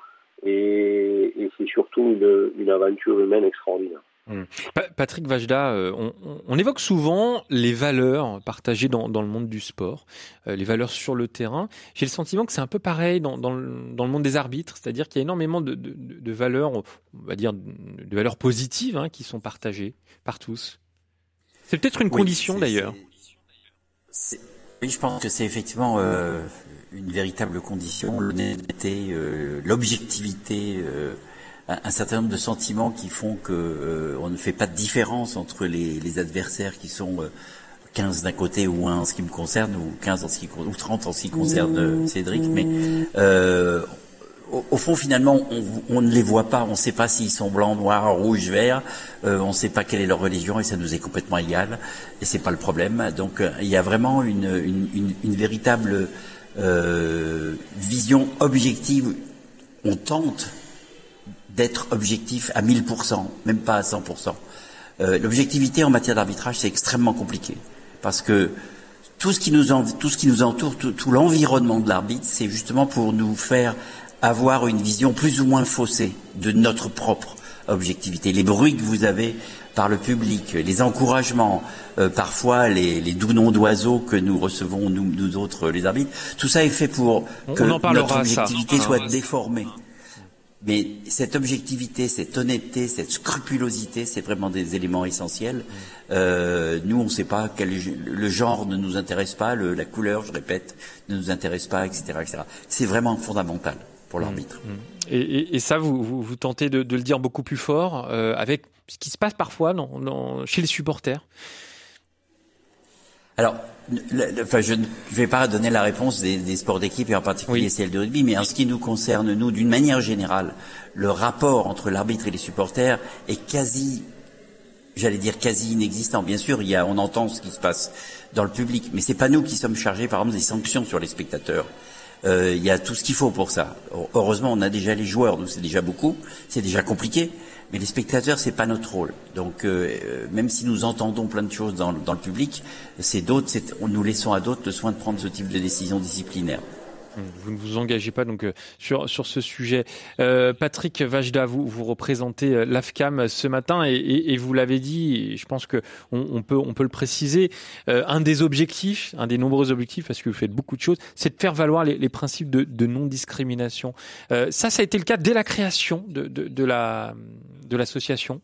et, et c'est surtout une, une aventure humaine extraordinaire. Mmh. Patrick Vajda, on, on évoque souvent les valeurs partagées dans, dans le monde du sport, euh, les valeurs sur le terrain. J'ai le sentiment que c'est un peu pareil dans, dans, le, dans le monde des arbitres, c'est-à-dire qu'il y a énormément de, de, de valeurs, on va dire, de valeurs positives hein, qui sont partagées par tous. C'est peut-être une oui, condition c'est, d'ailleurs. C'est, c'est, oui, je pense que c'est effectivement euh, une véritable condition, l'honnêteté, euh, l'objectivité. Euh, un certain nombre de sentiments qui font que euh, on ne fait pas de différence entre les, les adversaires qui sont euh, quinze d'un côté ou un en ce qui me concerne ou quinze en ce qui ou trente en ce qui concerne euh, Cédric, mais euh, au, au fond finalement on, on ne les voit pas, on ne sait pas s'ils sont blancs, noirs, rouges, verts, euh, on ne sait pas quelle est leur religion et ça nous est complètement égal et c'est pas le problème. Donc euh, il y a vraiment une, une, une, une véritable euh, vision objective. On tente d'être objectif à mille pour cent, même pas à cent pour cent. Euh, l'objectivité en matière d'arbitrage, c'est extrêmement compliqué. Parce que tout ce qui nous, en, tout ce qui nous entoure, tout, tout l'environnement de l'arbitre, c'est justement pour nous faire avoir une vision plus ou moins faussée de notre propre objectivité. Les bruits que vous avez par le public, les encouragements, euh, parfois les, les doux noms d'oiseaux que nous recevons, nous, nous autres, les arbitres, tout ça est fait pour que notre objectivité ça. soit déformée. Mais cette objectivité, cette honnêteté, cette scrupulosité, c'est vraiment des éléments essentiels. Euh, nous, on ne sait pas quel le genre ne nous intéresse pas, le, la couleur, je répète, ne nous intéresse pas, et cetera, et cetera. C'est vraiment fondamental pour l'arbitre. Et, et, et ça, vous, vous, vous tentez de, de le dire beaucoup plus fort euh, avec ce qui se passe parfois dans, dans, chez les supporters. Alors, le, le, enfin, je ne vais pas donner la réponse des, des sports d'équipe et en particulier oui. celle de rugby, mais en ce qui nous concerne, nous, d'une manière générale, le rapport entre l'arbitre et les supporters est quasi, j'allais dire quasi inexistant. Bien sûr, il y a, on entend ce qui se passe dans le public, mais c'est pas nous qui sommes chargés, par exemple, des sanctions sur les spectateurs. Euh, il y a tout ce qu'il faut pour ça. Heureusement, on a déjà les joueurs, donc c'est déjà beaucoup, c'est déjà compliqué. Mais les spectateurs, c'est pas notre rôle. Donc, euh, même si nous entendons plein de choses dans, dans le public, c'est d'autres, c'est, nous laissons à d'autres le soin de prendre ce type de décision disciplinaire. Vous ne vous engagez pas donc euh, sur sur ce sujet. Euh, Patrick Vajda, vous vous représentez euh, l'A F C A M ce matin et, et, et vous l'avez dit. Et je pense que on, on peut on peut le préciser. Euh, un des objectifs, un des nombreux objectifs, parce que vous faites beaucoup de choses, c'est de faire valoir les, les principes de, de non-discrimination. Euh, ça, ça a été le cas dès la création de de, de la de l'association.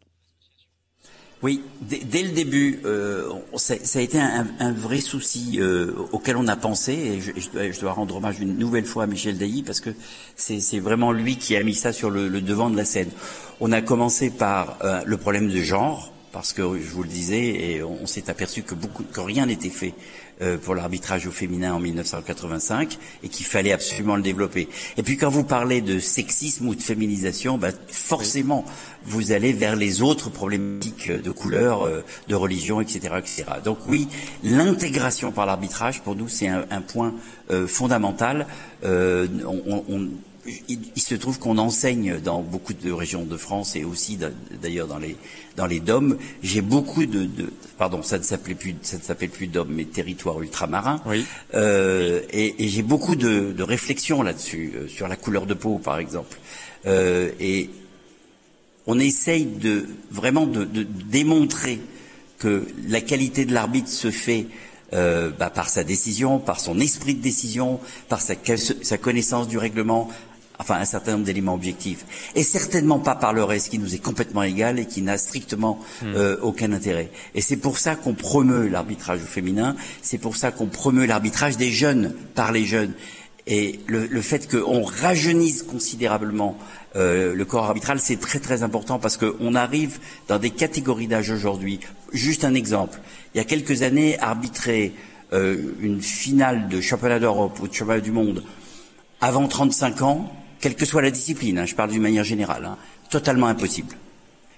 Oui, dès, dès le début, euh, ça, ça a été un, un vrai souci euh, auquel on a pensé, et je, je, dois, je dois rendre hommage une nouvelle fois à Michel Dailly parce que c'est, c'est vraiment lui qui a mis ça sur le, le devant de la scène. On a commencé par euh, le problème de genre, parce que je vous le disais, et on, on s'est aperçu que beaucoup, que rien n'était fait euh, pour l'arbitrage au féminin en dix-neuf cent quatre-vingt-cinq et qu'il fallait absolument le développer. Et puis quand vous parlez de sexisme ou de féminisation, bah, forcément vous allez vers les autres problématiques de couleur, euh, de religion, et cetera, et cetera. Donc oui, l'intégration par l'arbitrage pour nous c'est un, un point euh, fondamental. Euh, on, on, Il, il se trouve qu'on enseigne dans beaucoup de régions de France et aussi d'ailleurs dans les dans les D O M. J'ai beaucoup de, de pardon, ça ne s'appelait plus ça ne s'appelle plus D O M, mais territoire ultramarin. Oui. Euh, et, et j'ai beaucoup de, de réflexions là-dessus euh, sur la couleur de peau, par exemple. Euh, et on essaye de vraiment de, de démontrer que la qualité de l'arbitre se fait euh, bah, par sa décision, par son esprit de décision, par sa, sa connaissance du règlement. Enfin, un certain nombre d'éléments objectifs. Et certainement pas par le reste qui nous est complètement égal et qui n'a strictement euh, aucun intérêt. Et c'est pour ça qu'on promeut l'arbitrage féminin, c'est pour ça qu'on promeut l'arbitrage des jeunes par les jeunes. Et le, le fait qu'on rajeunisse considérablement euh, le corps arbitral, c'est très très important parce qu'on arrive dans des catégories d'âge aujourd'hui. Juste un exemple. Il y a quelques années, arbitrer euh, une finale de championnat d'Europe ou de championnat du monde avant trente-cinq ans, quelle que soit la discipline, hein, je parle d'une manière générale, hein, totalement impossible.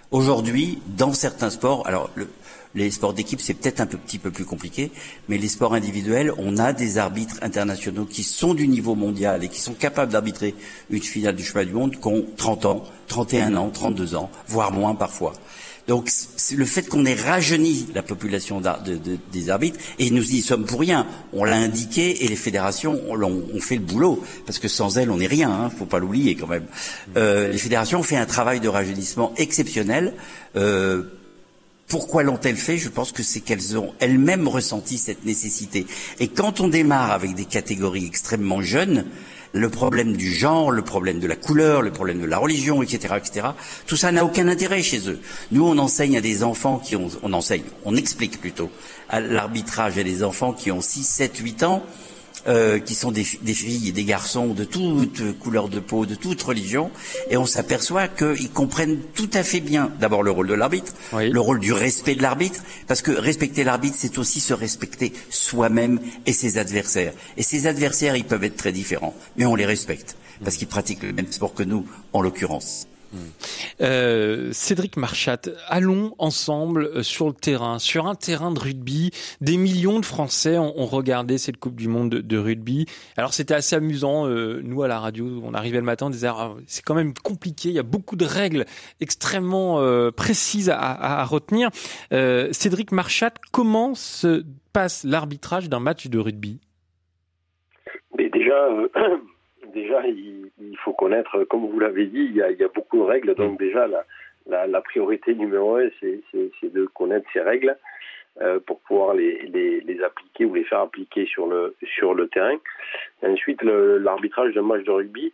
Aujourd'hui, dans certains sports, alors le, les sports d'équipe, c'est peut-être un peu, petit peu plus compliqué, mais les sports individuels, on a des arbitres internationaux qui sont du niveau mondial et qui sont capables d'arbitrer une finale du championnat du monde qui ont trente ans, trente et un ans, trente-deux ans, voire moins parfois. Donc c'est le fait qu'on ait rajeuni la population de, de, des arbitres, et nous y sommes pour rien, on l'a indiqué et les fédérations on, on fait le boulot, parce que sans elles on n'est rien, hein, faut pas l'oublier quand même. Euh, les fédérations ont fait un travail de rajeunissement exceptionnel. Euh, Pourquoi l'ont-elles fait ? Je pense que c'est qu'elles ont elles-mêmes ressenti cette nécessité. Et quand on démarre avec des catégories extrêmement jeunes, le problème du genre, le problème de la couleur, le problème de la religion, et cetera, et cetera, tout ça n'a aucun intérêt chez eux. Nous, on enseigne à des enfants qui ont, on enseigne, on explique plutôt à l'arbitrage à des enfants qui ont six, sept, huit ans, Euh, qui sont des, des filles et des garçons de toute couleur de peau, de toute religion, et on s'aperçoit qu'ils comprennent tout à fait bien d'abord le rôle de l'arbitre, oui. le rôle du respect de l'arbitre, parce que respecter l'arbitre, c'est aussi se respecter soi-même et ses adversaires. Et ses adversaires, ils peuvent être très différents, mais on les respecte, parce qu'ils pratiquent le même sport que nous, en l'occurrence. Euh, Cédric Marchat, allons ensemble sur le terrain, sur un terrain de rugby. Des millions de Français ont, ont regardé cette Coupe du Monde de, de rugby. Alors c'était assez amusant. Euh, nous à la radio, on arrivait le matin, on disait ah, c'est quand même compliqué. Il y a beaucoup de règles extrêmement euh, précises à, à, à retenir. Euh, Cédric Marchat, comment se passe l'arbitrage d'un match de rugby ? Mais déjà. Euh... Déjà, il, il faut connaître, comme vous l'avez dit, il y a, il y a beaucoup de règles. Donc déjà, la, la, la priorité numéro un, c'est, c'est, c'est de connaître ces règles euh, pour pouvoir les, les, les appliquer ou les faire appliquer sur le, sur le terrain. Et ensuite, le, l'arbitrage d'un match de rugby,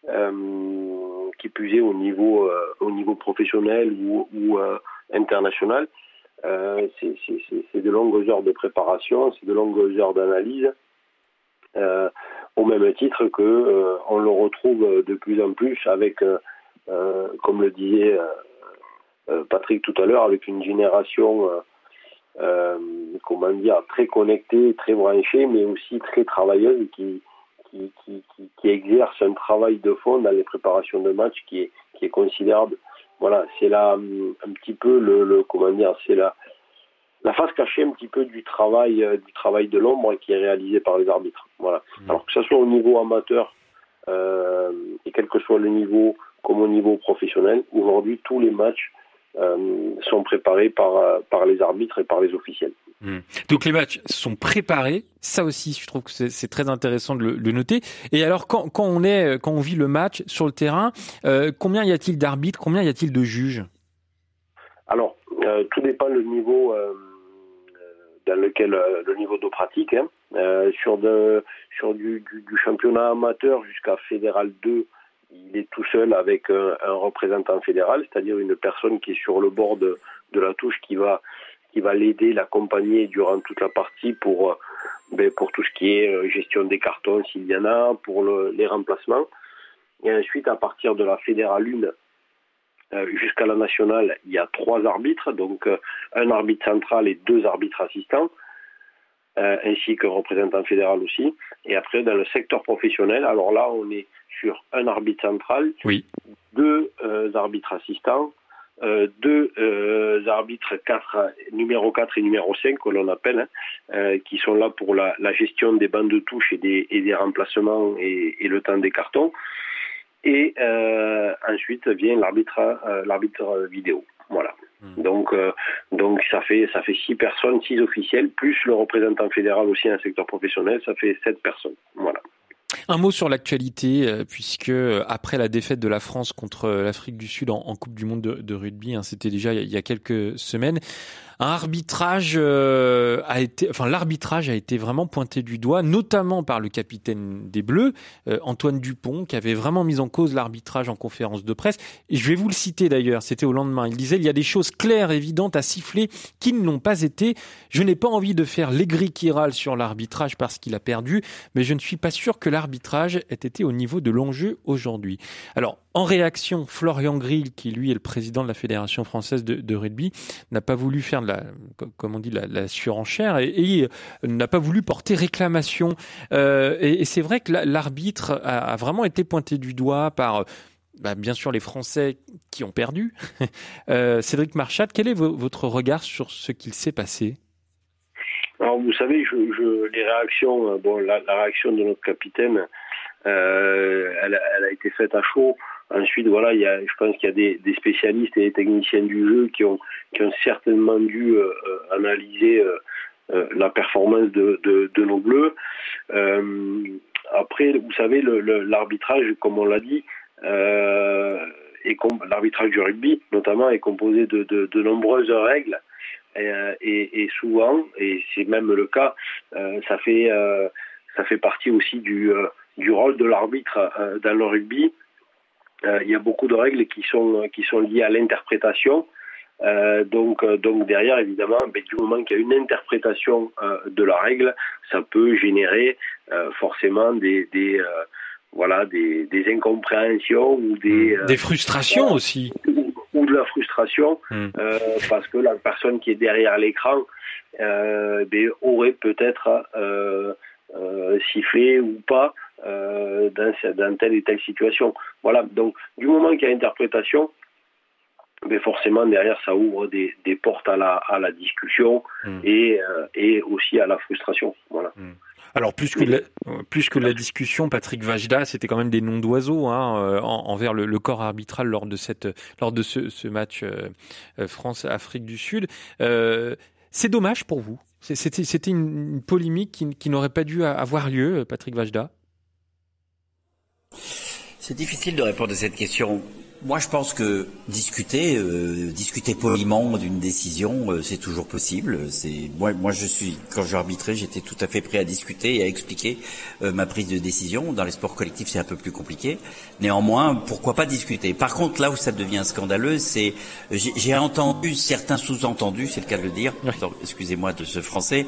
euh, qui plus est au niveau, euh, au niveau professionnel ou, ou euh, international, euh, c'est, c'est, c'est, c'est de longues heures de préparation, c'est de longues heures d'analyse. Euh, au même titre que euh, on le retrouve de plus en plus avec, euh, euh, comme le disait euh, Patrick tout à l'heure, avec une génération euh, euh, comment dire, très connectée, très branchée, mais aussi très travailleuse, qui, qui, qui, qui, qui exerce un travail de fond dans les préparations de match qui est, qui est considérable. Voilà, c'est là un petit peu le, le comment dire, c'est la la face cachée un petit peu du travail euh, du travail de l'ombre qui est réalisé par les arbitres. Voilà. Mmh. Alors que ce soit au niveau amateur euh, et quel que soit le niveau, comme au niveau professionnel, aujourd'hui tous les matchs euh, sont préparés par par les arbitres et par les officiels. Mmh. Donc les matchs sont préparés, ça aussi je trouve que c'est, c'est très intéressant de le, de le noter. Et alors quand quand on est quand on vit le match sur le terrain, euh, combien y a-t-il d'arbitres, combien y a-t-il de juges ? Alors euh, tout dépend le niveau. Euh, dans lequel euh, le niveau de pratique, hein, euh, sur, de, sur du, du, du championnat amateur jusqu'à fédéral deux, il est tout seul avec un, un représentant fédéral, c'est-à-dire une personne qui est sur le bord de, de la touche, qui va, qui va l'aider, l'accompagner durant toute la partie pour, ben, pour tout ce qui est gestion des cartons s'il y en a, pour le, les remplacements. Et ensuite, à partir de la fédérale un, Euh, jusqu'à la nationale, il y a trois arbitres, donc euh, un arbitre central et deux arbitres assistants, euh, ainsi qu'un représentant fédéral aussi. Et après, dans le secteur professionnel, alors là, on est sur un arbitre central, oui. deux euh, arbitres assistants, euh, deux euh, arbitres quatre, numéro quatre et numéro cinq, que l'on appelle, hein, euh, qui sont là pour la, la gestion des bandes de touche et des, et des remplacements et, et le temps des cartons. Et euh, ensuite vient l'arbitre, euh, l'arbitre vidéo. Voilà. Mmh. Donc, euh, donc ça fait ça fait six personnes, six officiels, plus le représentant fédéral aussi dans le secteur professionnel, ça fait sept personnes. Voilà. Un mot sur l'actualité, euh, puisque euh, après la défaite de la France contre euh, l'Afrique du Sud en, en Coupe du Monde de, de rugby, hein, c'était déjà il y, a, il y a quelques semaines, un arbitrage euh, a été, enfin l'arbitrage a été vraiment pointé du doigt, notamment par le capitaine des Bleus, euh, Antoine Dupont, qui avait vraiment mis en cause l'arbitrage en conférence de presse. Et je vais vous le citer d'ailleurs, c'était au lendemain. Il disait: il y a des choses claires, évidentes à siffler qui ne l'ont pas été. Je n'ai pas envie de faire l'aigri qui râle sur l'arbitrage parce qu'il a perdu, mais je ne suis pas sûr que l'arbitrage ait été au niveau de l'enjeu aujourd'hui. Alors, en réaction, Florian Grill, qui lui est le président de la Fédération française de, de rugby, n'a pas voulu faire de la, comme on dit, la, la surenchère et, et n'a pas voulu porter réclamation. Euh, et, et c'est vrai que l'arbitre a, a vraiment été pointé du doigt par bah, bien sûr les Français qui ont perdu. euh, Cédric Marchal, quel est vo- votre regard sur ce qu'il s'est passé ? Alors vous savez, je, je, les réactions, bon, la, la réaction de notre capitaine, euh, elle, elle a été faite à chaud. Ensuite, voilà, il y a, je pense qu'il y a des, des spécialistes et des techniciens du jeu qui ont, qui ont certainement dû euh, analyser euh, euh, la performance de, de, de nos Bleus. Euh, après, vous savez, le, le, l'arbitrage, comme on l'a dit, euh, est com- l'arbitrage du rugby, notamment, est composé de, de, de nombreuses règles. Et, et, et souvent, et c'est même le cas, euh, ça fait euh, ça fait partie aussi du euh, du rôle de l'arbitre euh, dans le rugby. Euh, il y a beaucoup de règles qui sont qui sont liées à l'interprétation. Euh, donc donc derrière, évidemment, ben, du moment qu'il y a une interprétation euh, de la règle, ça peut générer euh, forcément des des euh, voilà des, des incompréhensions ou des des frustrations euh, aussi. Ou de la frustration, mmh. euh, parce que la personne qui est derrière l'écran euh, ben, aurait peut-être euh, euh, sifflé ou pas euh, dans, dans telle et telle situation. Voilà, donc du moment qu'il y a interprétation, ben, forcément derrière ça ouvre des, des portes à la, à la discussion mmh. et, euh, et aussi à la frustration. Voilà. Mmh. Alors plus que, la, plus que la discussion, Patrick Vajda, c'était quand même des noms d'oiseaux hein, euh, en, envers le, le corps arbitral lors de cette, lors de ce, ce match euh, France-Afrique du Sud. Euh, c'est dommage pour vous. C'était, c'était une, une polémique qui, qui n'aurait pas dû avoir lieu, Patrick Vajda. C'est difficile de répondre à cette question. Moi, je pense que discuter, euh, discuter poliment d'une décision, euh, c'est toujours possible. C'est moi, moi, je suis quand j'ai arbitré, j'étais tout à fait prêt à discuter et à expliquer euh, ma prise de décision. Dans les sports collectifs, c'est un peu plus compliqué. Néanmoins, pourquoi pas discuter ? Par contre, là où ça devient scandaleux, c'est j'ai, j'ai entendu certains sous-entendus, c'est le cas de le dire. Oui. Attends, excusez-moi de ce français.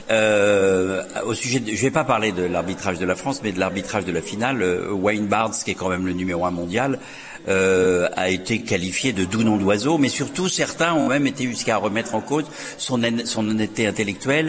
Euh, au sujet, de, je vais pas parler de l'arbitrage de la France, mais de l'arbitrage de la finale. Euh, Wayne Barnes, qui est quand même le numéro un mondial. Euh, a été qualifié de doux nom d'oiseau, mais surtout certains ont même été jusqu'à remettre en cause son, son honnêteté intellectuelle.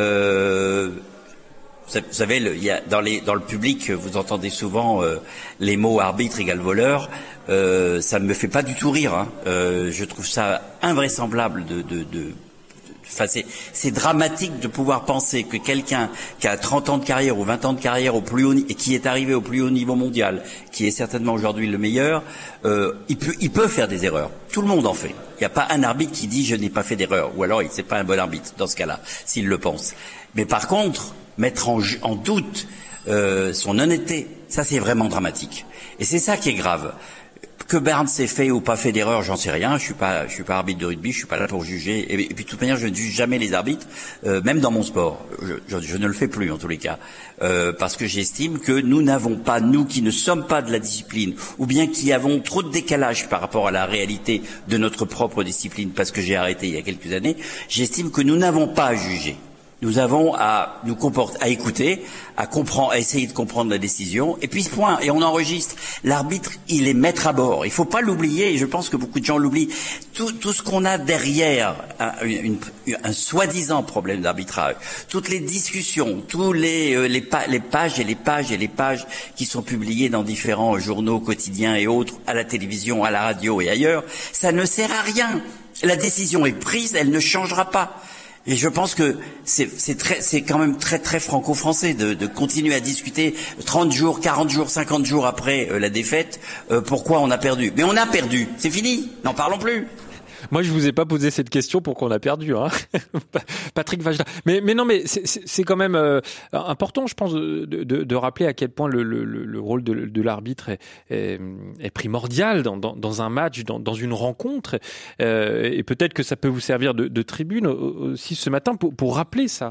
Euh, vous savez, le, il y a, dans, les, dans le public, vous entendez souvent euh, les mots arbitre égale voleur. Euh, ça ne me fait pas du tout rire. Hein. Euh, je trouve ça invraisemblable de... de, de Enfin, c'est, c'est dramatique de pouvoir penser que quelqu'un qui a trente ans de carrière ou vingt ans de carrière au plus haut et qui est arrivé au plus haut niveau mondial, qui est certainement aujourd'hui le meilleur, euh, il peut, il peut faire des erreurs. Tout le monde en fait. Il n'y a pas un arbitre qui dit je n'ai pas fait d'erreur, ou alors il c'est pas un bon arbitre dans ce cas-là, s'il le pense. Mais par contre, mettre en, en doute euh, son honnêteté, ça c'est vraiment dramatique. Et c'est ça qui est grave. Que Barnes ait fait ou pas fait d'erreur, j'en sais rien. Je suis pas, je suis pas arbitre de rugby, je suis pas là pour juger. Et, et puis de toute manière, je ne juge jamais les arbitres, euh, même dans mon sport. Je, je, je ne le fais plus en tous les cas, euh, parce que j'estime que nous n'avons pas, nous qui ne sommes pas de la discipline, ou bien qui avons trop de décalage par rapport à la réalité de notre propre discipline, parce que j'ai arrêté il y a quelques années. J'estime que nous n'avons pas à juger. Nous avons à nous comporter, à écouter, à comprendre, à essayer de comprendre la décision, et puis point, et on enregistre. L'arbitre, il est maître à bord. Il faut pas l'oublier, et je pense que beaucoup de gens l'oublient. Tout, tout ce qu'on a derrière un, une, un soi-disant problème d'arbitrage, toutes les discussions, tous les, euh, les, pa- les pages et les pages et les pages qui sont publiées dans différents journaux quotidiens et autres, à la télévision, à la radio et ailleurs, ça ne sert à rien. La décision est prise, elle ne changera pas. Et je pense que c'est, c'est, très, c'est quand même très très franco-français de, de continuer à discuter trente jours, quarante jours, cinquante jours après euh, la défaite, euh, pourquoi on a perdu. Mais on a perdu, c'est fini, n'en parlons plus. Moi, je vous ai pas posé cette question pour qu'on a perdu, hein. Patrick Vajda. Mais, mais non, mais c'est, c'est, c'est quand même euh, important, je pense, de, de, de rappeler à quel point le, le, le rôle de, de l'arbitre est, est, est primordial dans, dans, dans un match, dans, dans une rencontre. Euh, et peut-être que ça peut vous servir de, de tribune aussi ce matin pour, pour rappeler ça.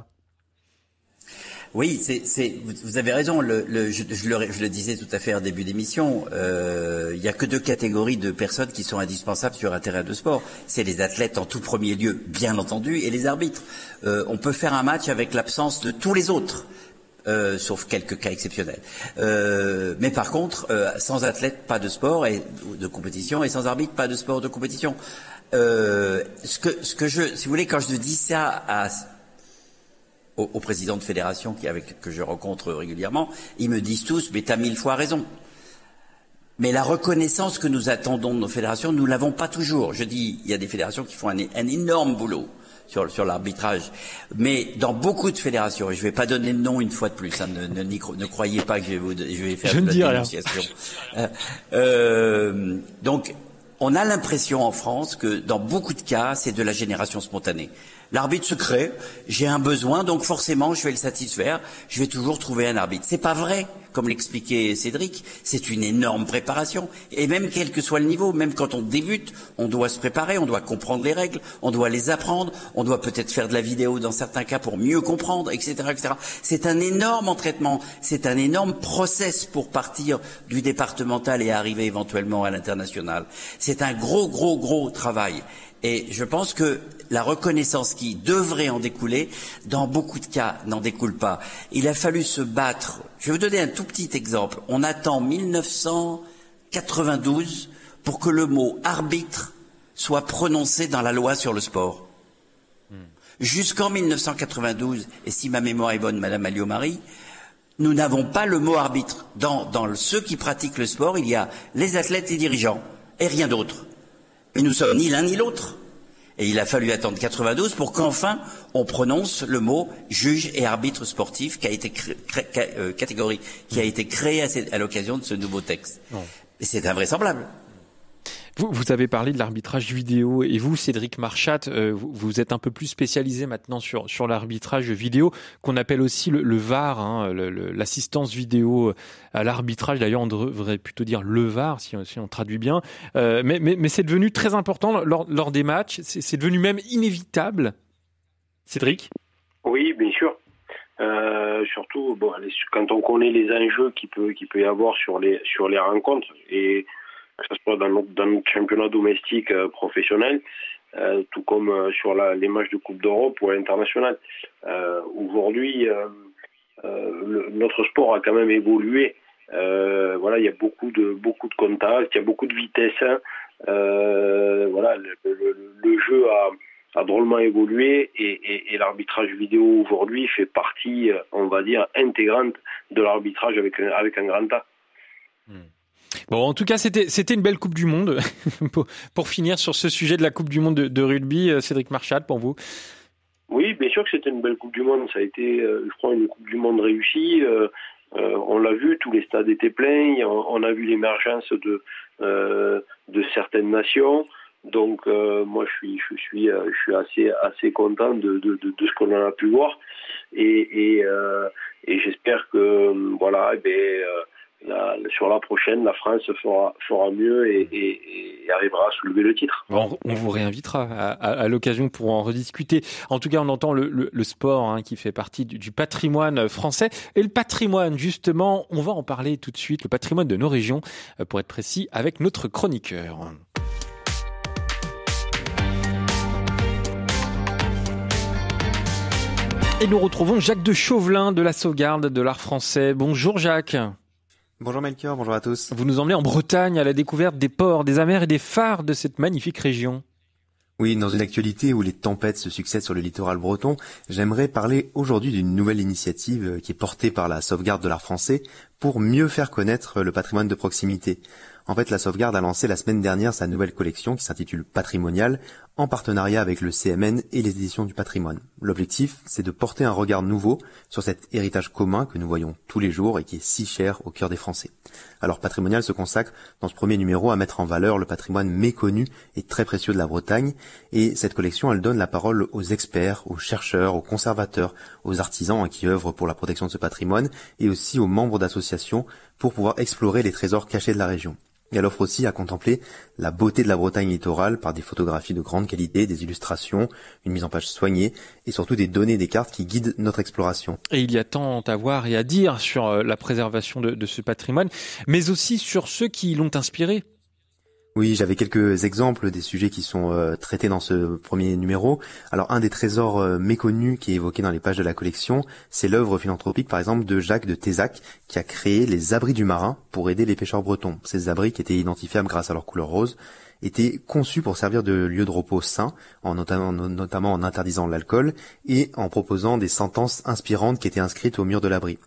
Oui, c'est, c'est, vous avez raison. Le, le, je, je, le, je le disais tout à fait en début d'émission. Euh, il n'y a que deux catégories de personnes qui sont indispensables sur un terrain de sport. C'est les athlètes en tout premier lieu, bien entendu, et les arbitres. Euh, on peut faire un match avec l'absence de tous les autres. Euh, sauf quelques cas exceptionnels. Euh, mais par contre, euh, sans athlète, pas de sport et de compétition, et sans arbitre, pas de sport de compétition. Euh, ce que, ce que je, si vous voulez, quand je dis ça à Aux, aux présidents de fédération qui avec, que je rencontre régulièrement, ils me disent tous, mais t'as mille fois raison. Mais la reconnaissance que nous attendons de nos fédérations, nous l'avons pas toujours. Je dis, il y a des fédérations qui font un, un énorme boulot sur, sur l'arbitrage. Mais dans beaucoup de fédérations, et je vais pas donner de nom une fois de plus, hein, ne, ne, ne croyez pas que je vais vous, je vais faire je de ne dis la rien. dénonciation. Euh, euh, donc, on a l'impression en France que dans beaucoup de cas, c'est de la génération spontanée. L'arbitre se crée, j'ai un besoin, donc forcément je vais le satisfaire, je vais toujours trouver un arbitre. C'est pas vrai, comme l'expliquait Cédric, c'est une énorme préparation. Et même quel que soit le niveau, même quand on débute, on doit se préparer, on doit comprendre les règles, on doit les apprendre, on doit peut-être faire de la vidéo dans certains cas pour mieux comprendre, et cetera, et cetera. C'est un énorme entraînement, c'est un énorme process pour partir du départemental et arriver éventuellement à l'international. C'est un gros, gros, gros travail. Et je pense que la reconnaissance qui devrait en découler, dans beaucoup de cas, n'en découle pas. Il a fallu se battre. Je vais vous donner un tout petit exemple. On attend mille neuf cent quatre-vingt-douze pour que le mot arbitre soit prononcé dans la loi sur le sport. Hmm. Jusqu'en mille neuf cent quatre-vingt-douze, et si ma mémoire est bonne, Madame Alliot-Marie, nous n'avons pas le mot arbitre. Dans, dans ceux qui pratiquent le sport, il y a les athlètes et dirigeants, et rien d'autre. Et nous sommes ni l'un ni l'autre. Et il a fallu attendre quatre-vingt-douze pour qu'enfin on prononce le mot juge et arbitre sportif qui a été cré- cré- euh, catégorie qui a été créé à, cette, à l'occasion de ce nouveau texte. Non. Et c'est invraisemblable. Vous, vous avez parlé de l'arbitrage vidéo et vous, Cédric Marchat, euh, vous, vous êtes un peu plus spécialisé maintenant sur sur l'arbitrage vidéo, qu'on appelle aussi le, le V A R, hein, le, le, l'assistance vidéo à l'arbitrage. D'ailleurs, on devrait plutôt dire le V A R si, si on traduit bien. Euh, mais, mais, mais c'est devenu très important lors, lors des matchs. C'est, c'est devenu même inévitable. Cédric ? Oui, bien sûr. Euh, surtout, bon, quand on connaît les enjeux qu'il peut qu'il peut y avoir sur les sur les rencontres et que ce soit dans notre, dans notre championnat domestique euh, professionnel, euh, tout comme euh, sur la, les matchs de Coupe d'Europe ou à l'international. Euh, aujourd'hui, euh, euh, le, notre sport a quand même évolué. Euh, voilà, il y a beaucoup de beaucoup de contacts, il y a beaucoup de vitesse. Hein. Euh, voilà, le, le, le jeu a, a drôlement évolué et, et, et l'arbitrage vidéo aujourd'hui fait partie, on va dire, intégrante de l'arbitrage avec un, avec un grand A. Mmh. Bon, en tout cas, c'était c'était une belle Coupe du Monde. pour, pour finir sur ce sujet de la Coupe du Monde de, de rugby, Cédric Marchat, pour vous. Oui, bien sûr que c'était une belle Coupe du Monde. Ça a été, euh, je crois, une Coupe du Monde réussie. Euh, euh, on l'a vu, tous les stades étaient pleins. On, on a vu l'émergence de euh, de certaines nations. Donc, euh, moi, je suis je suis euh, je suis assez assez content de de, de, de ce qu'on en a pu voir. Et et, euh, et j'espère que voilà, eh bien, euh, La, sur la prochaine, la France fera, fera mieux et, et, et arrivera à soulever le titre. Bon, on vous réinvitera à, à, à l'occasion pour en rediscuter. En tout cas, on entend le, le, le sport hein, qui fait partie du, du patrimoine français. Et le patrimoine, justement, on va en parler tout de suite. Le patrimoine de nos régions, pour être précis, avec notre chroniqueur. Et nous retrouvons Jacques de Chauvelin de la Sauvegarde de l'Art français. Bonjour Jacques. Bonjour Melchior, bonjour à tous. Vous nous emmenez en Bretagne à la découverte des ports, des amers et des phares de cette magnifique région. Oui, dans une actualité où les tempêtes se succèdent sur le littoral breton, j'aimerais parler aujourd'hui d'une nouvelle initiative qui est portée par la Sauvegarde de l'Art français pour mieux faire connaître le patrimoine de proximité. En fait, la Sauvegarde a lancé la semaine dernière sa nouvelle collection qui s'intitule Patrimonial, en partenariat avec le C M N et les éditions du patrimoine. L'objectif, c'est de porter un regard nouveau sur cet héritage commun que nous voyons tous les jours et qui est si cher au cœur des Français. Alors Patrimonial se consacre dans ce premier numéro à mettre en valeur le patrimoine méconnu et très précieux de la Bretagne, et cette collection, elle donne la parole aux experts, aux chercheurs, aux conservateurs, aux artisans qui œuvrent pour la protection de ce patrimoine, et aussi aux membres d'associations pour pouvoir explorer les trésors cachés de la région. Et elle offre aussi à contempler la beauté de la Bretagne littorale par des photographies de grande qualité, des illustrations, une mise en page soignée et surtout des données et des cartes qui guident notre exploration. Et il y a tant à voir et à dire sur la préservation de, de ce patrimoine, mais aussi sur ceux qui l'ont inspiré. Oui, j'avais quelques exemples des sujets qui sont euh, traités dans ce premier numéro. Alors, un des trésors euh, méconnus qui est évoqué dans les pages de la collection, c'est l'œuvre philanthropique, par exemple, de Jacques de Tézac, qui a créé les abris du marin pour aider les pêcheurs bretons. Ces abris, qui étaient identifiables grâce à leur couleur rose, étaient conçus pour servir de lieu de repos sain, en notamment, notamment en interdisant l'alcool et en proposant des sentences inspirantes qui étaient inscrites au mur de l'abri.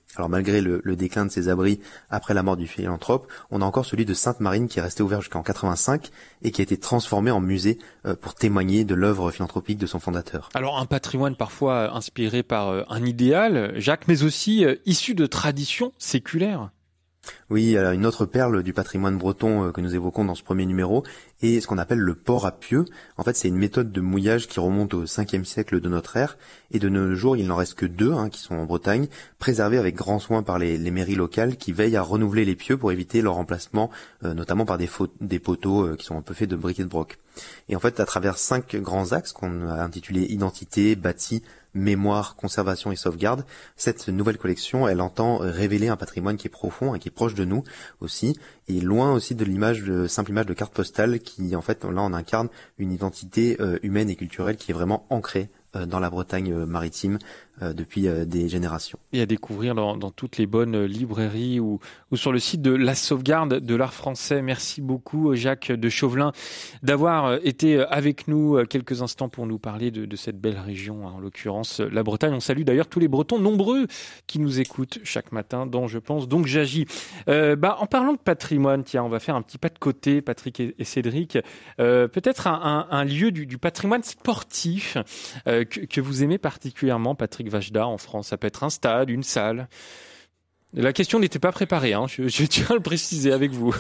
Alors malgré le, le déclin de ces abris après la mort du philanthrope, on a encore celui de Sainte-Marine qui est resté ouvert jusqu'en quatre-vingt-cinq et qui a été transformé en musée euh, pour témoigner de l'œuvre philanthropique de son fondateur. Alors un patrimoine parfois inspiré par un idéal, Jacques, mais aussi euh, issu de traditions séculaires. Oui, une autre perle du patrimoine breton que nous évoquons dans ce premier numéro est ce qu'on appelle le port à pieux. En fait, c'est une méthode de mouillage qui remonte au cinquième siècle de notre ère. Et de nos jours, il n'en reste que deux hein, qui sont en Bretagne, préservés avec grand soin par les, les mairies locales qui veillent à renouveler les pieux pour éviter leur remplacement, euh, notamment par des, faux, des poteaux euh, qui sont un peu faits de briquet de broc. Et en fait, à travers cinq grands axes qu'on a intitulés identité, bâti, mémoire, conservation et sauvegarde, cette nouvelle collection, elle entend révéler un patrimoine qui est profond et qui est proche de nous aussi, et loin aussi de l'image, de simple image de carte postale qui, en fait, là, on incarne une identité euh, humaine et culturelle qui est vraiment ancrée euh, dans la Bretagne euh, maritime euh, depuis euh, des générations. Et à découvrir dans, dans toutes les bonnes librairies ou, ou sur le site de la sauvegarde de l'art français. Merci beaucoup, Jacques de Chauvelin, d'avoir été avec nous quelques instants pour nous parler de, de cette belle région, en l'occurrence la Bretagne. On salue d'ailleurs tous les Bretons nombreux qui nous écoutent chaque matin dans Je pense donc j'agis. Euh, bah, en parlant de patrimoine, tiens, on va faire un petit pas de côté, Patrick et, et Cédric. Euh, peut-être un, un, un lieu du, du patrimoine sportif euh, que, que vous aimez particulièrement, Patrick Vachda, en France. Ça peut être un stade, une salle. La question n'était pas préparée, hein. je, je tiens à le préciser avec vous.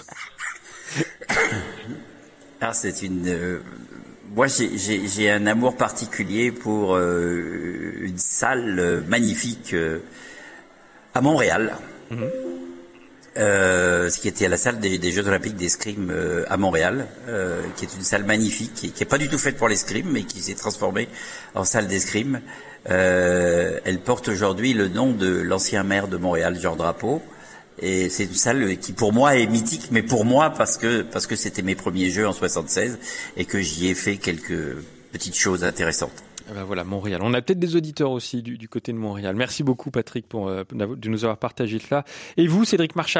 Ah, c'est une. Euh, moi, j'ai, j'ai, j'ai un amour particulier pour euh, une salle euh, magnifique euh, à Montréal, mmh. euh, ce qui était à la salle des, des Jeux Olympiques d'escrime euh, à Montréal, euh, qui est une salle magnifique, qui, qui est pas du tout faite pour l'escrime, mais qui s'est transformée en salle d'escrime. Euh, elle porte aujourd'hui le nom de l'ancien maire de Montréal, Jean Drapeau, et c'est une salle qui pour moi est mythique, mais pour moi parce que parce que c'était mes premiers Jeux en soixante-seize et que j'y ai fait quelques petites choses intéressantes. Et ben voilà, Montréal. On a peut-être des auditeurs aussi du, du côté de Montréal. Merci beaucoup, Patrick, pour euh, de nous avoir partagé cela. Et vous, Cédric Marchat ?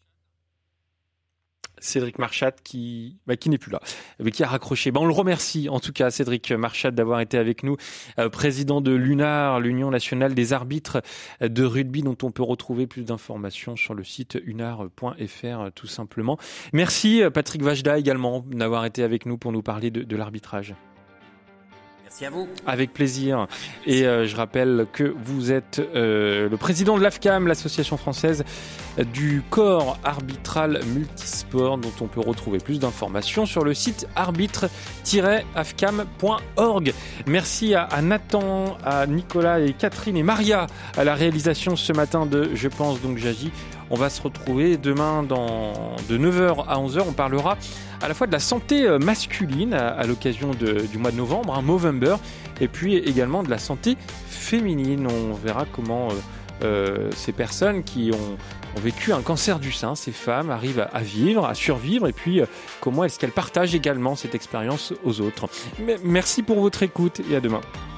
Cédric Marchat qui, bah, qui n'est plus là, mais qui a raccroché. Bah, on le remercie en tout cas, Cédric Marchat, d'avoir été avec nous, euh, président de l'U N A R, l'Union nationale des arbitres de rugby, dont on peut retrouver plus d'informations sur le site unar point f r tout simplement. Merci Patrick Vachda également d'avoir été avec nous pour nous parler de, de l'arbitrage. Merci à vous. Avec plaisir. Et euh, je rappelle que vous êtes euh, le président de l'A F C A M, l'association française du corps arbitral multisport, dont on peut retrouver plus d'informations sur le site arbitre tiret afcam point org. Merci à, à Nathan, à Nicolas et Catherine et Maria à la réalisation ce matin de Je pense donc j'agis. On va se retrouver demain dans, de neuf heures à onze heures. On parlera à la fois de la santé masculine à, à l'occasion de, du mois de novembre, hein, Movember, et puis également de la santé féminine. On verra comment euh, euh, ces personnes qui ont, ont vécu un cancer du sein, ces femmes arrivent à, à vivre, à survivre, et puis euh, comment est-ce qu'elles partagent également cette expérience aux autres. Mais merci pour votre écoute et à demain.